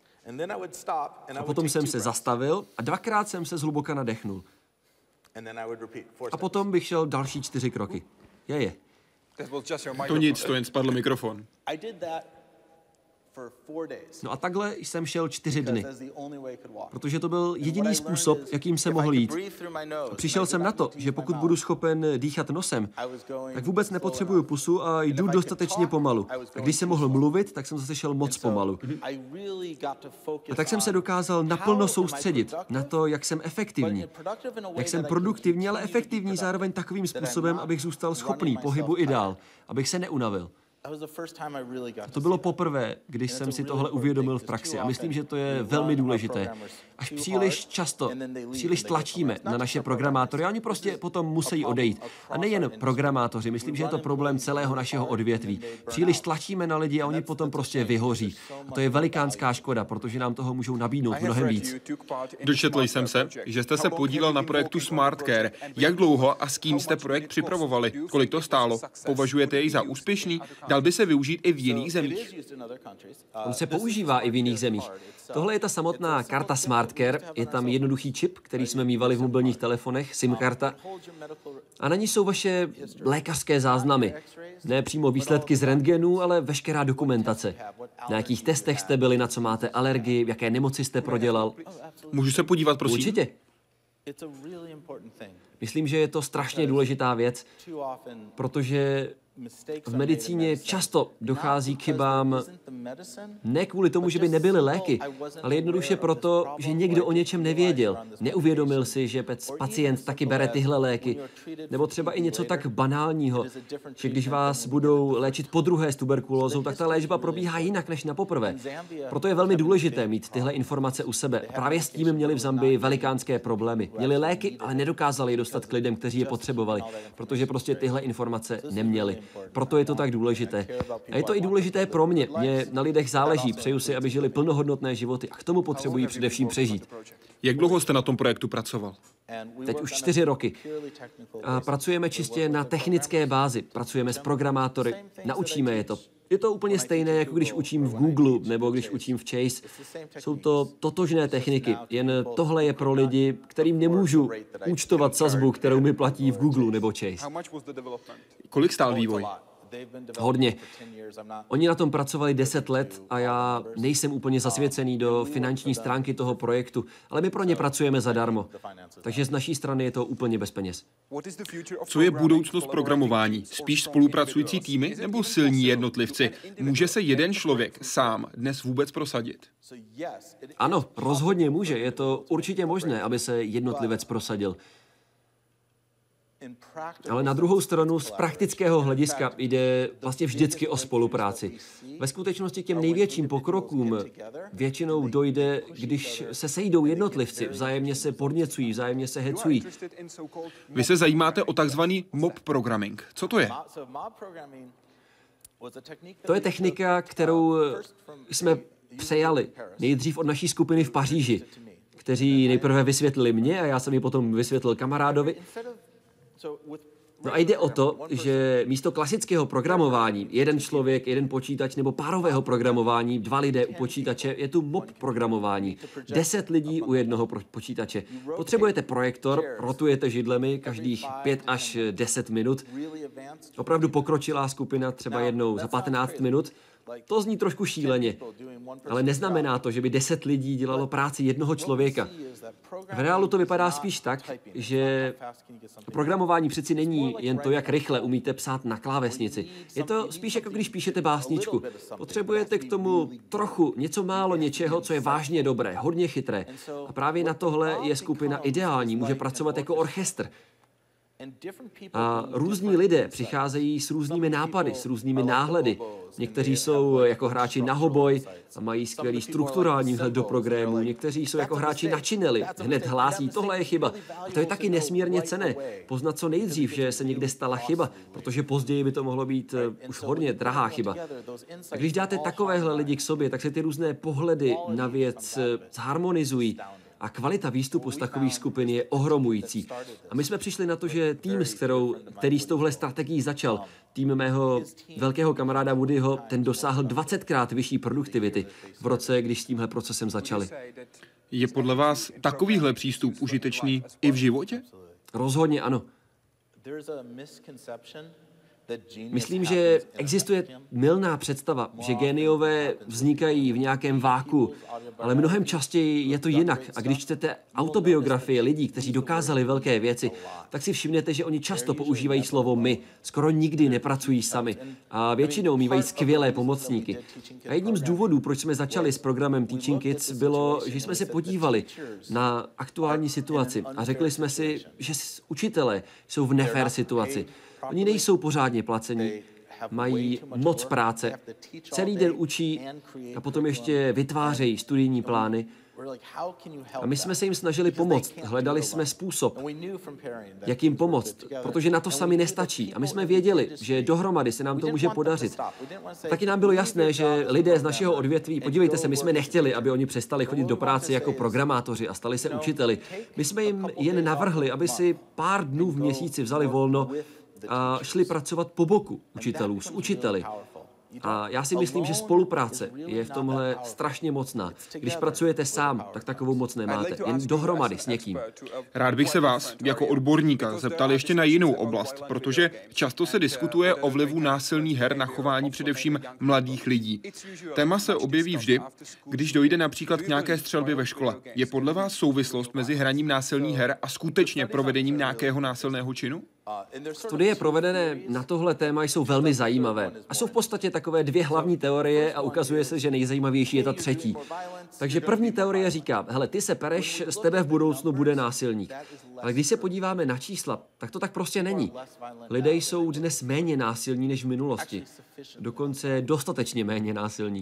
Speaker 3: a potom jsem se zastavil a dvakrát jsem se zhluboka nadechnul. A potom bych šel další čtyři kroky. Je, je.
Speaker 2: To nic, to jen spadl mikrofon.
Speaker 3: No a takhle jsem šel čtyři dny, protože to byl jediný způsob, jakým jsem mohl jít. A přišel jsem na to, že pokud budu schopen dýchat nosem, tak vůbec nepotřebuju pusu a jdu dostatečně pomalu. A když jsem mohl mluvit, tak jsem zase šel moc pomalu. A tak jsem se dokázal naplno soustředit na to, jak jsem efektivní. Jak jsem produktivní, ale efektivní zároveň takovým způsobem, abych zůstal schopný pohybu i dál, abych se neunavil. To bylo poprvé, když jsem si tohle uvědomil v praxi a myslím, že to je velmi důležité. Až příliš často, příliš tlačíme na naše programátory a oni prostě potom musí odejít. A nejen programátoři, myslím, že je to problém celého našeho odvětví. Příliš tlačíme na lidi a oni potom prostě vyhoří. A to je velikánská škoda, protože nám toho můžou nabídnout mnohem víc.
Speaker 2: Dočetl jsem se, že jste se podílel na projektu SmartCare. Jak dlouho a s kým jste projekt připravovali? Kolik to stálo? Považujete jej za úspěšný? Dal Dal by se využít i v jiných zemích?
Speaker 3: On se používá i v jiných zemích. Tohle je ta samotná karta SmartCare, je tam jednoduchý čip, který jsme mívali v mobilních telefonech, SIM karta. A na ní jsou vaše lékařské záznamy. Ne přímo výsledky z rentgenů, ale veškerá dokumentace. Na jakých testech jste byli, na co máte alergii, jaké nemoci jste prodělal.
Speaker 2: Můžu se podívat, prosím?
Speaker 3: Určitě. Myslím, že je to strašně důležitá věc, protože v medicíně často dochází k chybám ne kvůli tomu, že by nebyly léky, ale jednoduše proto, že někdo o něčem nevěděl. Neuvědomil si, že pacient taky bere tyhle léky. Nebo třeba i něco tak banálního, že když vás budou léčit podruhé s tuberkulózou, tak ta léčba probíhá jinak než na poprvé. Proto je velmi důležité mít tyhle informace u sebe. Právě s tím měli v Zambii velikánské problémy. Měli léky, ale nedokázali je dostat k lidem, kteří je potřebovali, protože prostě tyhle informace neměli. Proto je to tak důležité. A je to i důležité pro mě. Mně na lidech záleží, přeju si, aby žili plnohodnotné životy a k tomu potřebují především přežít.
Speaker 2: Jak dlouho jste na tom projektu pracoval?
Speaker 3: Teď už čtyři roky. A pracujeme čistě na technické bázi. Pracujeme s programátory. Naučíme je to. Je to úplně stejné, jako když učím v Google nebo když učím v Chase. Jsou to totožné techniky, jen tohle je pro lidi, kterým nemůžu účtovat sazbu, kterou mi platí v Google nebo Chase.
Speaker 2: Kolik stál vývoj?
Speaker 3: Hodně. Oni na tom pracovali deset let a já nejsem úplně zasvěcený do finanční stránky toho projektu, ale my pro ně pracujeme zadarmo. Takže z naší strany je to úplně bez peněz.
Speaker 2: Co je budoucnost programování? Spíš spolupracující týmy nebo silní jednotlivci? Může se jeden člověk sám dnes vůbec prosadit?
Speaker 3: Ano, rozhodně může. Je to určitě možné, aby se jednotlivec prosadil. Ale na druhou stranu z praktického hlediska jde vlastně vždycky o spolupráci. Ve skutečnosti k těm největším pokrokům většinou dojde, když se sejdou jednotlivci, vzájemně se podněcují, vzájemně se hecují.
Speaker 2: Vy se zajímáte o takzvaný mob programming. Co to je?
Speaker 3: To je technika, kterou jsme přejali nejdřív od naší skupiny v Paříži, kteří nejprve vysvětlili mě a já jsem ji potom vysvětlil kamarádovi. No a jde o to, že místo klasického programování, jeden člověk, jeden počítač nebo párového programování, dva lidé u počítače, je tu mob programování. Deset lidí u jednoho počítače. Potřebujete projektor, rotujete židlemi každých pět až deset minut. Opravdu pokročilá skupina třeba jednou za patnáct minut. To zní trošku šíleně, ale neznamená to, že by deset lidí dělalo práci jednoho člověka. V reálu to vypadá spíš tak, že programování přeci není jen to, jak rychle umíte psát na klávesnici. Je to spíš jako když píšete básničku. Potřebujete k tomu trochu, něco málo něčeho, co je vážně dobré, hodně chytré. A právě na tohle je skupina ideální, může pracovat jako orchestr. A různí lidé přicházejí s různými nápady, s různými náhledy. Někteří jsou jako hráči na hoboj a mají skvělý strukturální vhled do programu. Někteří jsou jako hráči na činely, hned hlásí, tohle je chyba. A to je taky nesmírně cenné. Poznat co nejdřív, že se někde stala chyba, protože později by to mohlo být uh, už hodně drahá chyba. A když dáte takovéhle lidi k sobě, tak se ty různé pohledy na věc uh, zharmonizují. A kvalita výstupu z takových skupin je ohromující. A my jsme přišli na to, že tým, s kterou, který s touhle strategií začal, tým mého velkého kamaráda Woodyho, ten dosáhl dvacetkrát vyšší produktivity v roce, když s tímhle procesem začali.
Speaker 2: Je podle vás takovýhle přístup užitečný i v životě?
Speaker 3: Rozhodně ano. Myslím, že existuje mylná představa, že géniové vznikají v nějakém váku, ale mnohem častěji je to jinak. A když čtete autobiografie lidí, kteří dokázali velké věci, tak si všimnete, že oni často používají slovo my, skoro nikdy nepracují sami a většinou mívají skvělé pomocníky. A jedním z důvodů, proč jsme začali s programem Teaching Kids, bylo, že jsme se podívali na aktuální situaci a řekli jsme si, že učitelé jsou v nefér situaci. Oni nejsou pořádně placení, mají moc práce, celý den učí a potom ještě vytvářejí studijní plány. A my jsme se jim snažili pomoct, hledali jsme způsob, jak jim pomoct, protože na to sami nestačí. A my jsme věděli, že dohromady se nám to může podařit. Taky nám bylo jasné, že lidé z našeho odvětví, podívejte se, my jsme nechtěli, aby oni přestali chodit do práce jako programátoři a stali se učiteli. My jsme jim jen navrhli, aby si pár dnů v měsíci vzali volno a šli pracovat po boku učitelů, s učiteli. A já si myslím, že spolupráce je v tomhle strašně mocná. Když pracujete sám, tak takovou moc nemáte. Jen dohromady s někým.
Speaker 2: Rád bych se vás, jako odborníka, zeptal ještě na jinou oblast, protože často se diskutuje o vlivu násilných her na chování především mladých lidí. Téma se objeví vždy, když dojde například k nějaké střelbě ve škole. Je podle vás souvislost mezi hraním násilných her a skutečně provedením nějakého násilného činu?
Speaker 3: Studie provedené na tohle téma jsou velmi zajímavé a jsou v podstatě takové dvě hlavní teorie a ukazuje se, že nejzajímavější je ta třetí. Takže první teorie říká, hele, ty se pereš, z tebe v budoucnu bude násilník. Ale když se podíváme na čísla, tak to tak prostě není. Lidé jsou dnes méně násilní než v minulosti. Dokonce dostatečně méně násilní.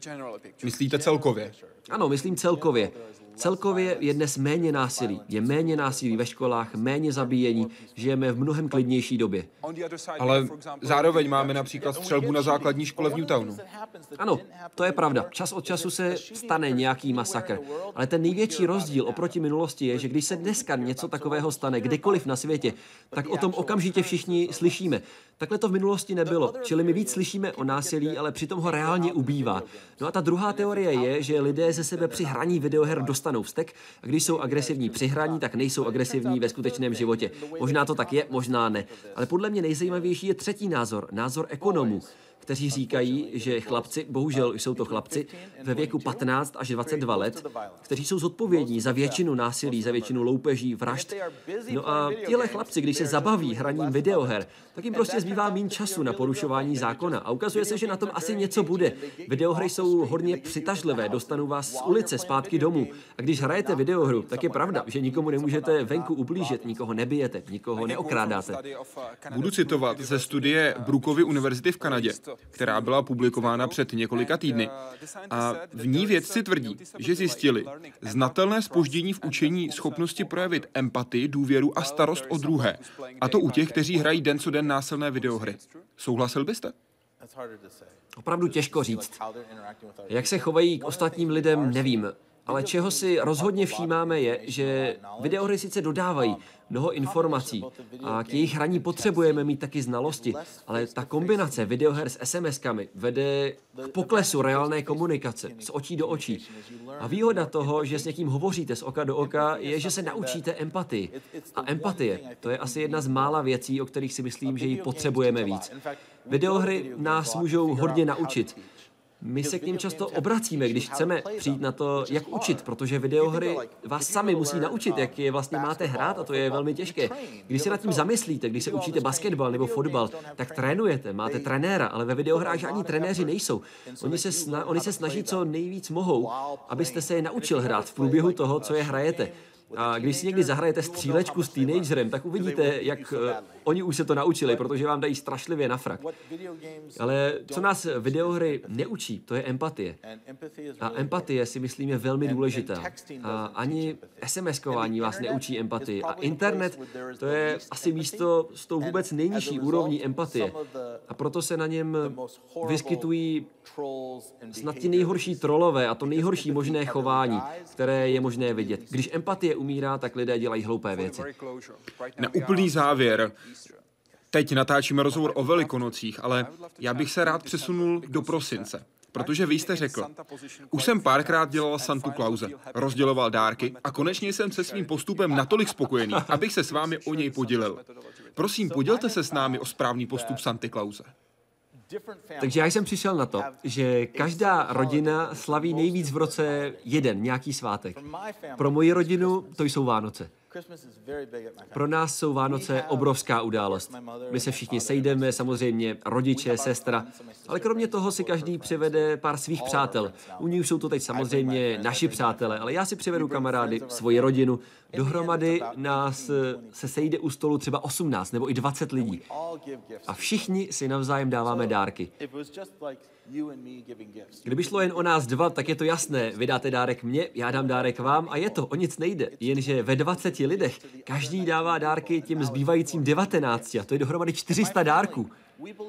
Speaker 2: Myslíte celkově?
Speaker 3: Ano, myslím celkově. Celkově je dnes méně násilí. Je méně násilí ve školách, méně zabíjení, žijeme v mnohem klidnější době.
Speaker 2: Ale zároveň máme například střelbu na základní škole v Newtownu.
Speaker 3: Ano, to je pravda. Čas od času se stane nějaký masakr. Ale ten největší rozdíl oproti minulosti je, že když se dneska něco takového stane kdekoliv na světě, tak o tom okamžitě všichni slyšíme. Takhle to v minulosti nebylo. Čili my víc slyšíme o násilí, ale přitom ho reálně ubývá. No a ta druhá teorie je, že lidé ze sebe při hraní videoher dostanou vztek a když jsou agresivní při hraní, tak nejsou agresivní ve skutečném životě. Možná to tak je, možná ne. Ale podle mě nejzajímavější je třetí názor, názor ekonomů, kteří říkají, že chlapci, bohužel jsou to chlapci, ve věku patnáct až dvacet dva let, kteří jsou zodpovědní za většinu násilí, za většinu loupeží, vražd. No a tihle chlapci, když se zabaví hraním videoher, tak jim prostě zbývá méně času na porušování zákona. A ukazuje se, že na tom asi něco bude. Videohry jsou hodně přitažlivé, dostanou vás z ulice zpátky domů. A když hrajete videohru, tak je pravda, že nikomu nemůžete venku ublížit, nikoho nebijete, nikoho neokrádáte.
Speaker 2: Budu citovat ze studie Brookovy univerzity v Kanadě, která byla publikována před několika týdny. A v ní vědci tvrdí, že zjistili znatelné zpoždění v učení schopnosti projevit empatii, důvěru a starost o druhé. A to u těch, kteří hrají den co den násilné videohry. Souhlasil byste?
Speaker 3: Opravdu těžko říct. Jak se chovají k ostatním lidem, nevím. Ale čeho si rozhodně všímáme je, že videohry sice dodávají mnoho informací a k jejich hraní potřebujeme mít taky znalosti, ale ta kombinace videoher s es em eskami vede k poklesu reálné komunikace z očí do očí. A výhoda toho, že s někým hovoříte z oka do oka, je, že se naučíte empatii. A empatie, to je asi jedna z mála věcí, o kterých si myslím, že ji potřebujeme víc. Videohry nás můžou hodně naučit. My se k ním často obracíme, když chceme přijít na to, jak učit, protože videohry vás sami musí naučit, jak je vlastně máte hrát a to je velmi těžké. Když se nad tím zamyslíte, když se učíte basketbal nebo fotbal, tak trénujete, máte trenéra, ale ve videohrách žádní trenéři nejsou. Oni se, sna- oni se snaží co nejvíc mohou, abyste se je naučil hrát v průběhu toho, co je hrajete. A když si někdy zahrajete střílečku s teenagerem, tak uvidíte, jak uh, oni už se to naučili, protože vám dají strašlivě na frak. Ale co nás videohry neučí, to je empatie. A empatie si myslím je velmi důležitá. A ani es em eskování vás neučí empatii. A internet, to je asi místo s tou vůbec nejnižší úrovní empatie. A proto se na něm vyskytují snad ti nejhorší trolové a to nejhorší možné chování, které je možné vidět. Když empatie umírá, tak lidé dělají hloupé věci.
Speaker 2: Na úplný závěr. Teď natáčíme rozhovor o Velikonocích, ale já bych se rád přesunul do prosince. Protože vy jste řekl, už jsem párkrát dělal Santu Klause, rozděloval dárky a konečně jsem se svým postupem natolik spokojený, abych se s vámi o něj podělil. Prosím, podělte se s námi o správný postup Santy Klause.
Speaker 3: Takže já jsem přišel na to, že každá rodina slaví nejvíc v roce jeden, nějaký svátek. Pro moji rodinu to jsou Vánoce. Pro nás jsou Vánoce obrovská událost. My se všichni sejdeme, samozřejmě rodiče, sestra, ale kromě toho si každý přivede pár svých přátel. U nich jsou to teď samozřejmě naši přátelé, ale já si přivedu kamarády, svoji rodinu. Dohromady nás se sejde u stolu třeba osmnáct nebo i dvacet lidí. A všichni si navzájem dáváme dárky. Kdyby šlo jen o nás dva, tak je to jasné. Vy dáte dárek mně, já dám dárek vám a je to, o nic nejde. Jenže ve dvaceti lidech každý dává dárky těm zbývajícím devatenácti a to je dohromady čtyři sta dárků.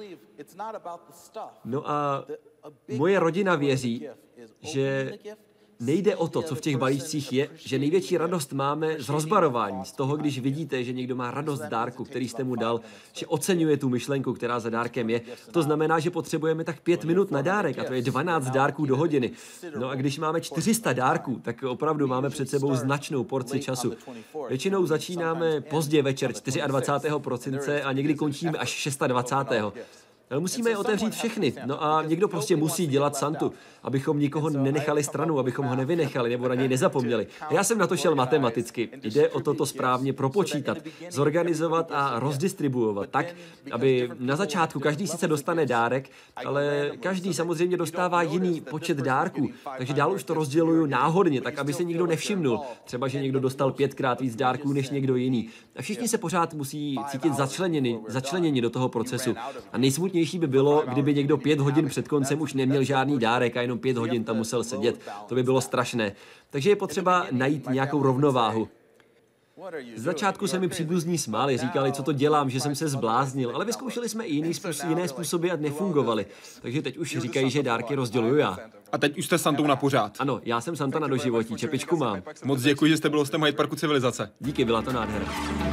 Speaker 3: No a moje rodina věří, že Nejde o to, co v těch balíčcích je, že největší radost máme z rozbarování, z toho, když vidíte, že někdo má radost z dárku, který jste mu dal, že oceňuje tu myšlenku, která za dárkem je. To znamená, že potřebujeme tak pět minut na dárek a to je dvanáct dárků do hodiny. No a když máme čtyři sta dárků, tak opravdu máme před sebou značnou porci času. Většinou začínáme pozdě večer dvacátého čtvrtého prosince a někdy končíme až dvacátého šestého Ale musíme je otevřít všechny. No a někdo prostě musí dělat Santu, abychom nikoho nenechali stranu, abychom ho nevynechali nebo na něj nezapomněli. A já jsem na to šel matematicky. Jde o toto správně propočítat, zorganizovat a rozdistribuovat tak, aby na začátku každý sice dostane dárek, ale každý samozřejmě dostává jiný počet dárků. Takže dál už to rozděluju náhodně, tak aby se nikdo nevšimnul. Třeba, že někdo dostal pětkrát víc dárků než někdo jiný. A všichni se pořád musí cítit začleněni, začleněni do toho procesu. A nejsmutnější by bylo, kdyby někdo pět hodin před koncem už neměl žádný dárek a jenom pět hodin tam musel sedět. To by bylo strašné. Takže je potřeba najít nějakou rovnováhu. Z začátku se mi příbuzní smáli, říkali, co to dělám, že jsem se zbláznil, ale vyzkoušeli jsme i jiný způsob, jiné způsoby a nefungovaly. Takže teď už říkají, že dárky rozděluju já.
Speaker 2: A teď už jste Santou na pořád.
Speaker 3: Ano, já jsem Santa na doživotí, čepičku mám.
Speaker 2: Moc děkuji, že jste byl hostem Hyde Parku Civilizace.
Speaker 3: Díky, byla to nádhera.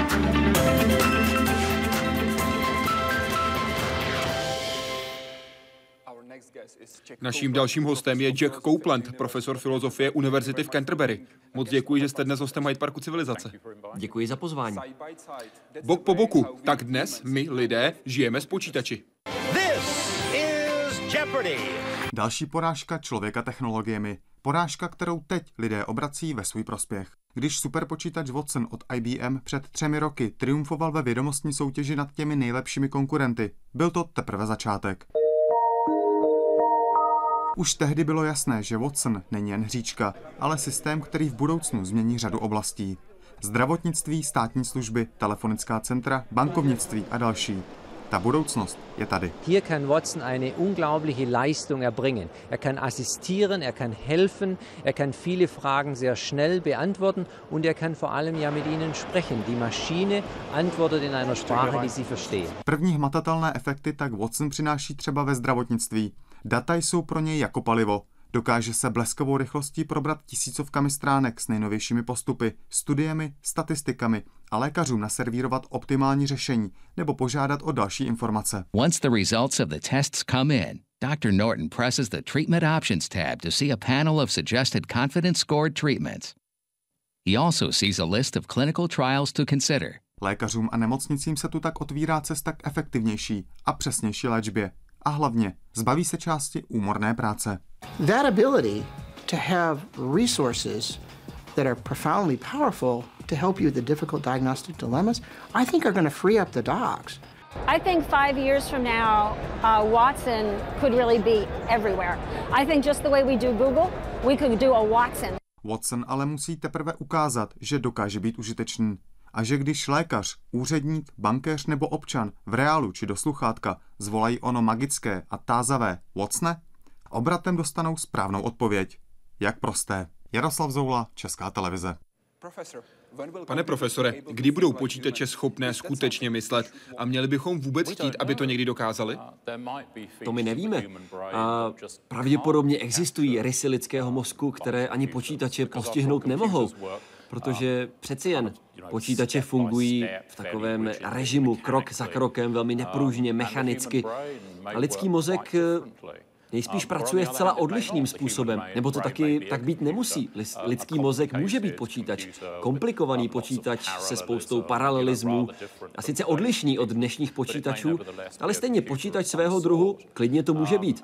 Speaker 2: Naším dalším hostem je Jack Copeland, profesor filozofie Univerzity v Canterbury. Moc děkuji, že jste dnes hostem Hyde Parku Civilizace.
Speaker 3: Děkuji za pozvání.
Speaker 2: Bok po boku, tak dnes my, lidé, žijeme s počítači.
Speaker 4: Další porážka člověka technologiemi. Porážka, kterou teď lidé obrací ve svůj prospěch. Když superpočítač Watson od I B M před třemi roky triumfoval ve vědomostní soutěži nad těmi nejlepšími konkurenty, byl to teprve začátek. Už tehdy bylo jasné, že Watson není jen hříčka, ale systém, který v budoucnu změní řadu oblastí. Zdravotnictví, státní služby, telefonická centra, bankovnictví a další. Ta budoucnost je tady.
Speaker 8: Hier kann Watson eine unglaubliche Leistung erbringen. Er kann assistieren, er kann helfen, er kann viele Fragen sehr schnell beantworten und er kann vor allem ja mit ihnen sprechen. Die Maschine antwortet in einer Sprache, die sie verstehen.
Speaker 4: První hmatatelné efekty tak Watson přináší třeba ve zdravotnictví. Data jsou pro něj jako palivo. Dokáže se bleskovou rychlostí probrat tisícovkami stránek s nejnovějšími postupy, studiemi, statistikami a lékařům naservírovat optimální řešení nebo požádat o další informace.
Speaker 9: Once the results of the tests come in, Doctor Norton presses the Treatment Options tab to see a panel of suggested confidence-scored treatments. He also sees a list of clinical trials to consider.
Speaker 4: Lékařům a nemocnicím se tu tak otvírá cesta k efektivnější a přesnější léčbě. A hlavně zbaví se části úmorné práce.
Speaker 10: That ability to have resources that are profoundly powerful to help you with the difficult diagnostic dilemmas, I think are going to free up the docs.
Speaker 11: I think five years from now, uh, Watson could really be everywhere. I think just the way we do Google, we could do a Watson.
Speaker 4: Watson ale musí teprve ukázat, že dokáže být užitečný. A že když lékař, úředník, bankéř nebo občan v reálu či do sluchátka zvolají ono magické a tázavé Watsone, obratem dostanou správnou odpověď. Jak prosté. Jaroslav Zoula, Česká televize.
Speaker 2: Pane profesore, kdy budou počítače schopné skutečně myslet a měli bychom vůbec chtít, aby to někdy dokázali?
Speaker 3: To my nevíme. A pravděpodobně existují rysy lidského mozku, které ani počítače postihnout nemohou. Protože přeci jen počítače fungují v takovém režimu krok za krokem, velmi nepružně, mechanicky. A lidský mozek nejspíš pracuje zcela odlišným způsobem, nebo to taky tak být nemusí. Lidský mozek může být počítač, komplikovaný počítač se spoustou paralelismů a sice odlišný od dnešních počítačů, ale stejně počítač svého druhu klidně to může být.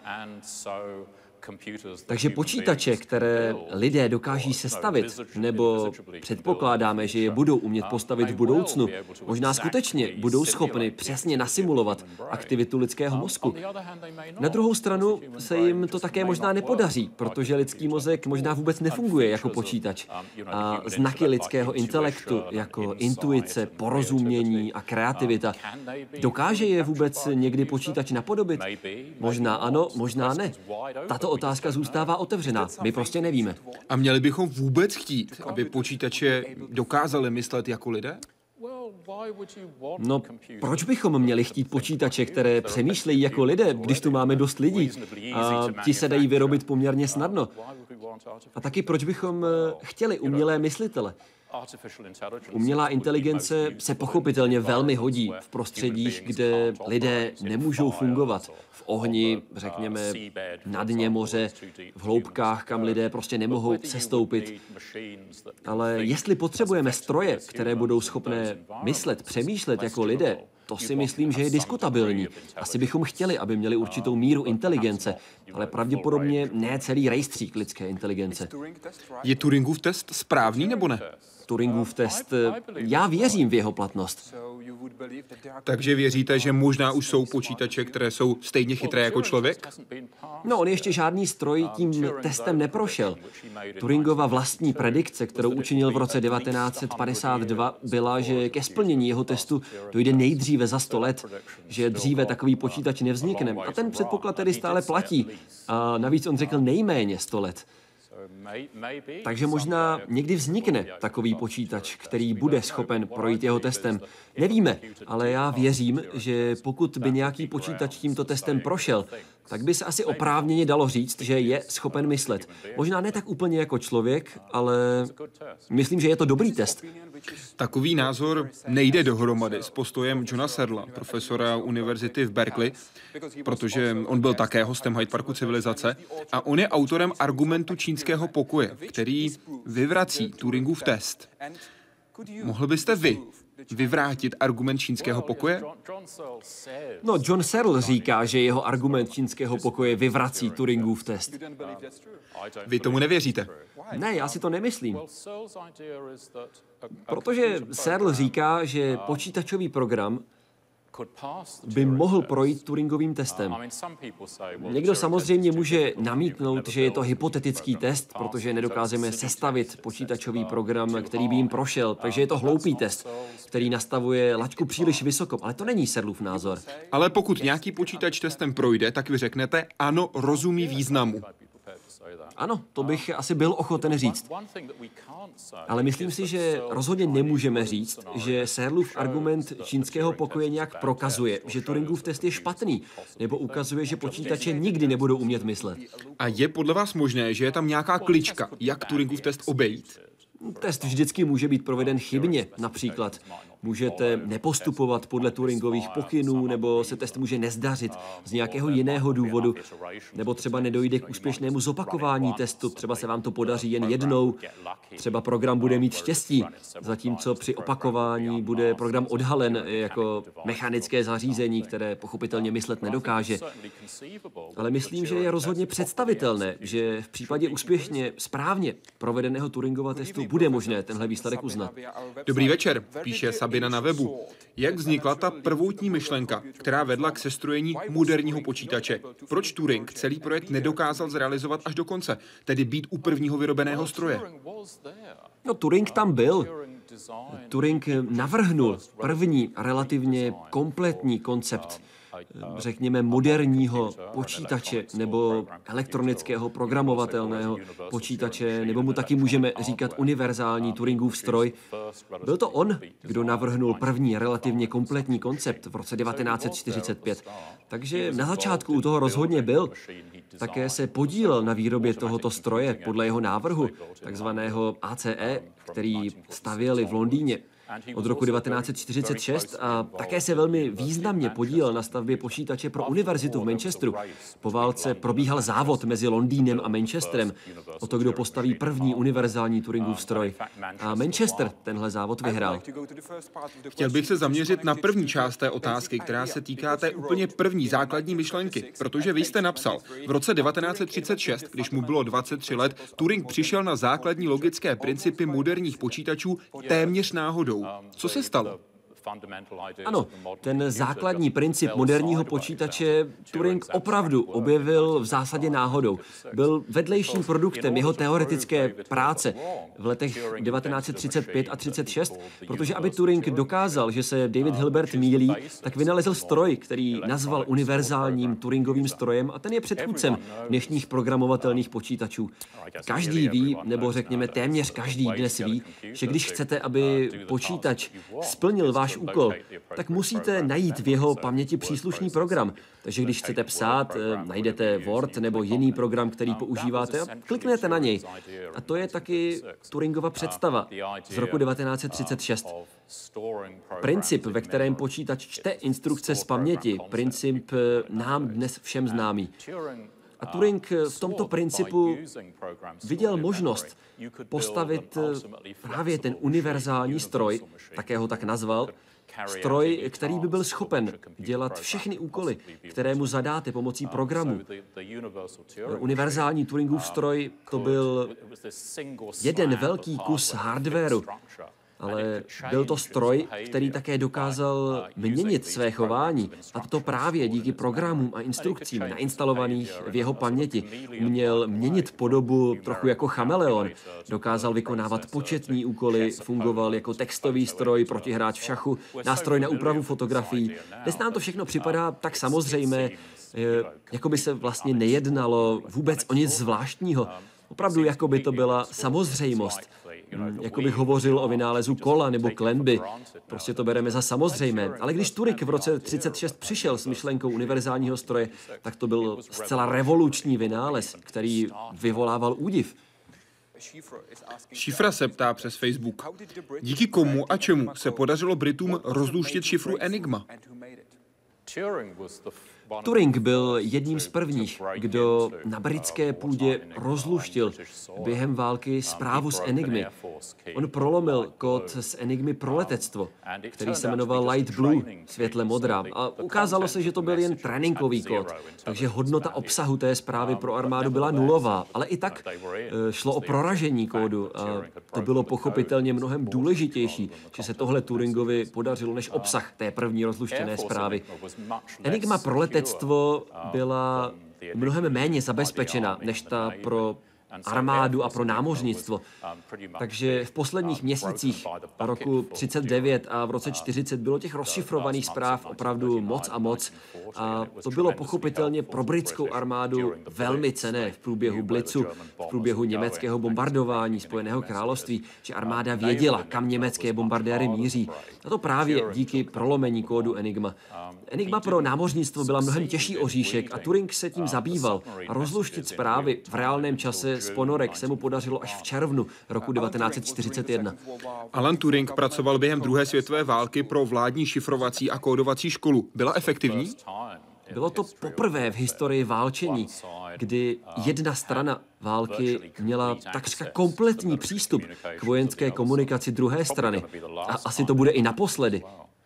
Speaker 3: Takže počítače, které lidé dokáží sestavit, nebo předpokládáme, že je budou umět postavit v budoucnu, možná skutečně budou schopny přesně nasimulovat aktivitu lidského mozku. Na druhou stranu se jim to také možná nepodaří, protože lidský mozek možná vůbec nefunguje jako počítač. A znaky lidského intelektu, jako intuice, porozumění a kreativita, dokáže je vůbec někdy počítač napodobit? Možná ano, možná ne. Tato otázka zůstává otevřená. My prostě nevíme.
Speaker 2: A měli bychom vůbec chtít, aby počítače dokázaly myslet jako lidé?
Speaker 3: No, proč bychom měli chtít počítače, které přemýšlejí jako lidé, když tu máme dost lidí a ti se dají vyrobit poměrně snadno? A taky proč bychom chtěli umělé myslitele? Umělá inteligence se pochopitelně velmi hodí v prostředích, kde lidé nemůžou fungovat. V ohni, řekněme, na dně moře, v hloubkách, kam lidé prostě nemohou sestoupit. Ale jestli potřebujeme stroje, které budou schopné myslet, přemýšlet jako lidé, to si myslím, že je diskutabilní. Asi bychom chtěli, aby měli určitou míru inteligence, ale pravděpodobně ne celý rejstřík lidské inteligence.
Speaker 2: Je Turingův test správný nebo ne?
Speaker 3: Turingův test, já věřím v jeho platnost.
Speaker 2: Takže věříte, že možná už jsou počítače, které jsou stejně chytré jako člověk?
Speaker 3: No, on ještě žádný stroj tím testem neprošel. Turingova vlastní predikce, kterou učinil v roce devatenáct set padesát dva, byla, že ke splnění jeho testu dojde nejdříve za sto let, že dříve takový počítač nevznikne. A ten předpoklad tedy stále platí. A navíc on řekl nejméně sto let. Takže možná někdy vznikne takový počítač, který bude schopen projít jeho testem. Nevíme, ale já věřím, že pokud by nějaký počítač tímto testem prošel, tak by se asi oprávněně dalo říct, že je schopen myslet. Možná ne tak úplně jako člověk, ale myslím, že je to dobrý test.
Speaker 2: Takový názor nejde dohromady s postojem Johna Searla, profesora univerzity v Berkeley, protože on byl také hostem Hyde Parku civilizace a on je autorem argumentu čínského pokoje, který vyvrací Turingův test. Mohl byste vy vyvrátit argument čínského pokoje?
Speaker 3: No, John Searle říká, že jeho argument čínského pokoje vyvrací Turingův test.
Speaker 2: Vy tomu nevěříte?
Speaker 3: Ne, já si to nemyslím. Protože Searle říká, že počítačový program by mohl projít Turingovým testem. Někdo samozřejmě může namítnout, že je to hypotetický test, protože nedokážeme sestavit počítačový program, který by jim prošel, takže je to hloupý test, který nastavuje laťku příliš vysoko, ale to není Searlův názor.
Speaker 2: Ale pokud nějaký počítač testem projde, tak vy řeknete, ano, rozumí významu.
Speaker 3: Ano, to bych asi byl ochoten říct. Ale myslím si, že rozhodně nemůžeme říct, že Searlův argument čínského pokoje nějak prokazuje, že Turingův test je špatný, nebo ukazuje, že počítače nikdy nebudou umět myslet.
Speaker 2: A je podle vás možné, že je tam nějaká klička, jak Turingův test obejít?
Speaker 3: Test vždycky může být proveden chybně, například. Můžete nepostupovat podle Turingových pokynů, nebo se test může nezdařit z nějakého jiného důvodu, nebo třeba nedojde k úspěšnému zopakování testu, třeba se vám to podaří jen jednou, třeba program bude mít štěstí, zatímco při opakování bude program odhalen jako mechanické zařízení, které pochopitelně myslet nedokáže. Ale myslím, že je rozhodně představitelné, že v případě úspěšně, správně provedeného Turingova testu bude možné tenhle výsledek uznat.
Speaker 2: Dobrý večer, píše Sabina na webu. Jak vznikla ta prvotní myšlenka, která vedla k sestrojení moderního počítače? Proč Turing celý projekt nedokázal zrealizovat až do konce, tedy být u prvního vyrobeného stroje?
Speaker 3: No, Turing tam byl. Turing navrhnul první relativně kompletní koncept, řekněme, moderního počítače nebo elektronického programovatelného počítače, nebo mu taky můžeme říkat univerzální Turingův stroj. Byl to on, kdo navrhnul první relativně kompletní koncept v roce devatenáct set čtyřicet pět. Takže na začátku u toho rozhodně byl. Také se podílel na výrobě tohoto stroje podle jeho návrhu, takzvaného A C E, který stavěli v Londýně od roku devatenáct set čtyřicet šest a také se velmi významně podílel na stavbě počítače pro univerzitu v Manchesteru. Po válce probíhal závod mezi Londýnem a Manchesterem o to, kdo postaví první univerzální Turingův stroj. A Manchester tenhle závod vyhrál.
Speaker 2: Chtěl bych se zaměřit na první část té otázky, která se týká té úplně první základní myšlenky, protože vy jste napsal, v roce devatenáct set třicet šest, když mu bylo dvacet tři let, Turing přišel na základní logické principy moderních počítačů téměř náhodou. Co se stalo?
Speaker 3: Ano, ten základní princip moderního počítače Turing opravdu objevil v zásadě náhodou. Byl vedlejším produktem jeho teoretické práce v letech devatenáct set třicet pět a třicet šest, protože aby Turing dokázal, že se David Hilbert mýlí, tak vynalezl stroj, který nazval univerzálním Turingovým strojem a ten je předchůdcem dnešních programovatelných počítačů. Každý ví, nebo řekněme téměř každý dnes ví, že když chcete, aby počítač splnil váš váš úkol, tak musíte najít v jeho paměti příslušný program. Takže když chcete psát, najdete Word nebo jiný program, který používáte a kliknete na něj. A to je taky Turingova představa z roku devatenáct set třicet šest. Princip, ve kterém počítač čte instrukce z paměti, princip nám dnes všem známý. A Turing v tomto principu viděl možnost postavit právě ten univerzální stroj, také ho tak nazval, stroj, který by byl schopen dělat všechny úkoly, které mu zadáte pomocí programu. Univerzální Turingův stroj to byl jeden velký kus hardwaru, ale byl to stroj, který také dokázal měnit své chování, a to právě díky programům a instrukcím nainstalovaných v jeho paměti. Uměl měnit podobu trochu jako chameleon, dokázal vykonávat početní úkoly, fungoval jako textový stroj, protihráč v šachu, nástroj na úpravu fotografií. Dnes nám to všechno připadá tak samozřejmé, jako by se vlastně nejednalo vůbec o nic zvláštního. Opravdu, jako by to byla samozřejmost. Jako bych hovořil o vynálezu kola nebo klenby. Prostě to bereme za samozřejmé. Ale když Turing v roce třicet šest přišel s myšlenkou univerzálního stroje, tak to byl zcela revoluční vynález, který vyvolával údiv.
Speaker 2: Šifra se ptá přes Facebook. Díky komu a čemu se podařilo Britům rozluštit šifru Enigma?
Speaker 3: Turing byl jedním z prvních, kdo na britské půdě rozluštil během války zprávu z Enigmy. On prolomil kód z Enigmy pro letectvo, který se jmenoval Light Blue, světle modrá. A ukázalo se, že to byl jen tréninkový kód, takže hodnota obsahu té zprávy pro armádu byla nulová. Ale i tak šlo o proražení kódu a to bylo pochopitelně mnohem důležitější, že se tohle Turingovi podařilo než obsah té první rozluštěné zprávy. Enigma pro letectvo byla mnohem méně zabezpečena než ta pro armádu a pro námořnictvo. Takže v posledních měsících roku třicet devět a v roce čtyřicet bylo těch rozšifrovaných zpráv opravdu moc a moc. A to bylo pochopitelně pro britskou armádu velmi cenné v průběhu blicu, v průběhu německého bombardování Spojeného království, že armáda věděla, kam německé bombardéry míří. A to právě díky prolomení kódu Enigma. Enigma pro námořnictvo byla mnohem těžší oříšek a Turing se tím zabýval. A rozluštit zprávy v reálném čase z ponorek se mu podařilo až v červnu roku devatenáct set čtyřicet jedna.
Speaker 2: Alan Turing pracoval během druhé světové války pro vládní šifrovací a kódovací školu. Byla efektivní?
Speaker 3: Bylo to poprvé v historii válčení, kdy jedna strana války měla takřka kompletní přístup k vojenské komunikaci druhé strany. A asi to bude i naposledy.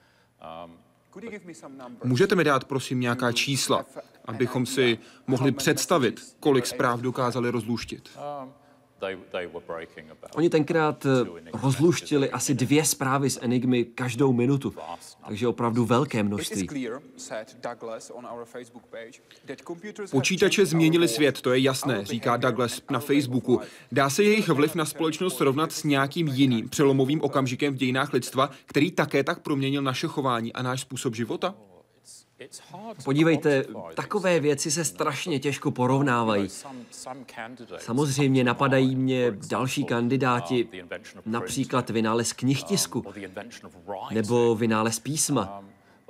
Speaker 2: Můžete mi dát, prosím, nějaká čísla, abychom si mohli představit, kolik zpráv dokázali rozluštit?
Speaker 3: Oni tenkrát rozluštili asi dvě zprávy z Enigmy každou minutu, takže opravdu velké množství.
Speaker 2: Počítače změnili svět, to je jasné, říká Douglas na Facebooku. Dá se jejich vliv na společnost srovnat s nějakým jiným přelomovým okamžikem v dějinách lidstva, který také tak proměnil naše chování a náš způsob života?
Speaker 3: Podívejte, takové věci se strašně těžko porovnávají. Samozřejmě napadají mě další kandidáti, například vynález knihtisku nebo vynález písma.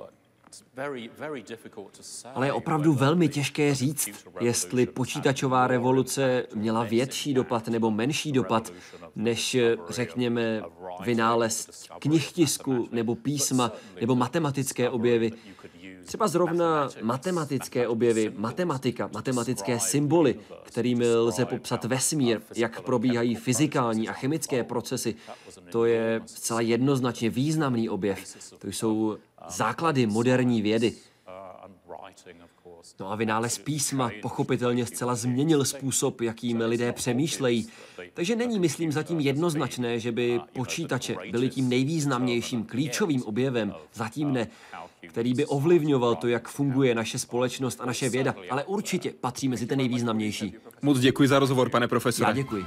Speaker 3: Ale je opravdu velmi těžké říct, jestli počítačová revoluce měla větší dopad nebo menší dopad, než, řekněme, vynález knihtisku nebo písma nebo matematické objevy. Třeba zrovna matematické objevy, matematika, matematické symboly, kterými lze popsat vesmír, jak probíhají fyzikální a chemické procesy. To je zcela jednoznačně významný objev. To jsou základy moderní vědy. No a vynález písma pochopitelně zcela změnil způsob, jakým lidé přemýšlejí. Takže není, myslím, zatím jednoznačné, že by počítače byly tím nejvýznamnějším klíčovým objevem. Zatím ne, který by ovlivňoval to, jak funguje naše společnost a naše věda, ale určitě patří mezi ty nejvýznamnější.
Speaker 2: Moc děkuji za rozhovor, pane profesore.
Speaker 3: Já děkuji.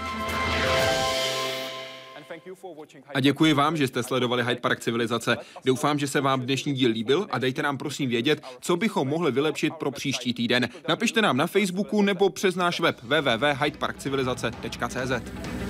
Speaker 2: A děkuji vám, že jste sledovali Hyde Park civilizace. Doufám, že se vám dnešní díl líbil a dejte nám prosím vědět, co bychom mohli vylepšit pro příští týden. Napište nám na Facebooku nebo přes náš web w w w tečka hyde park civilizace tečka c z.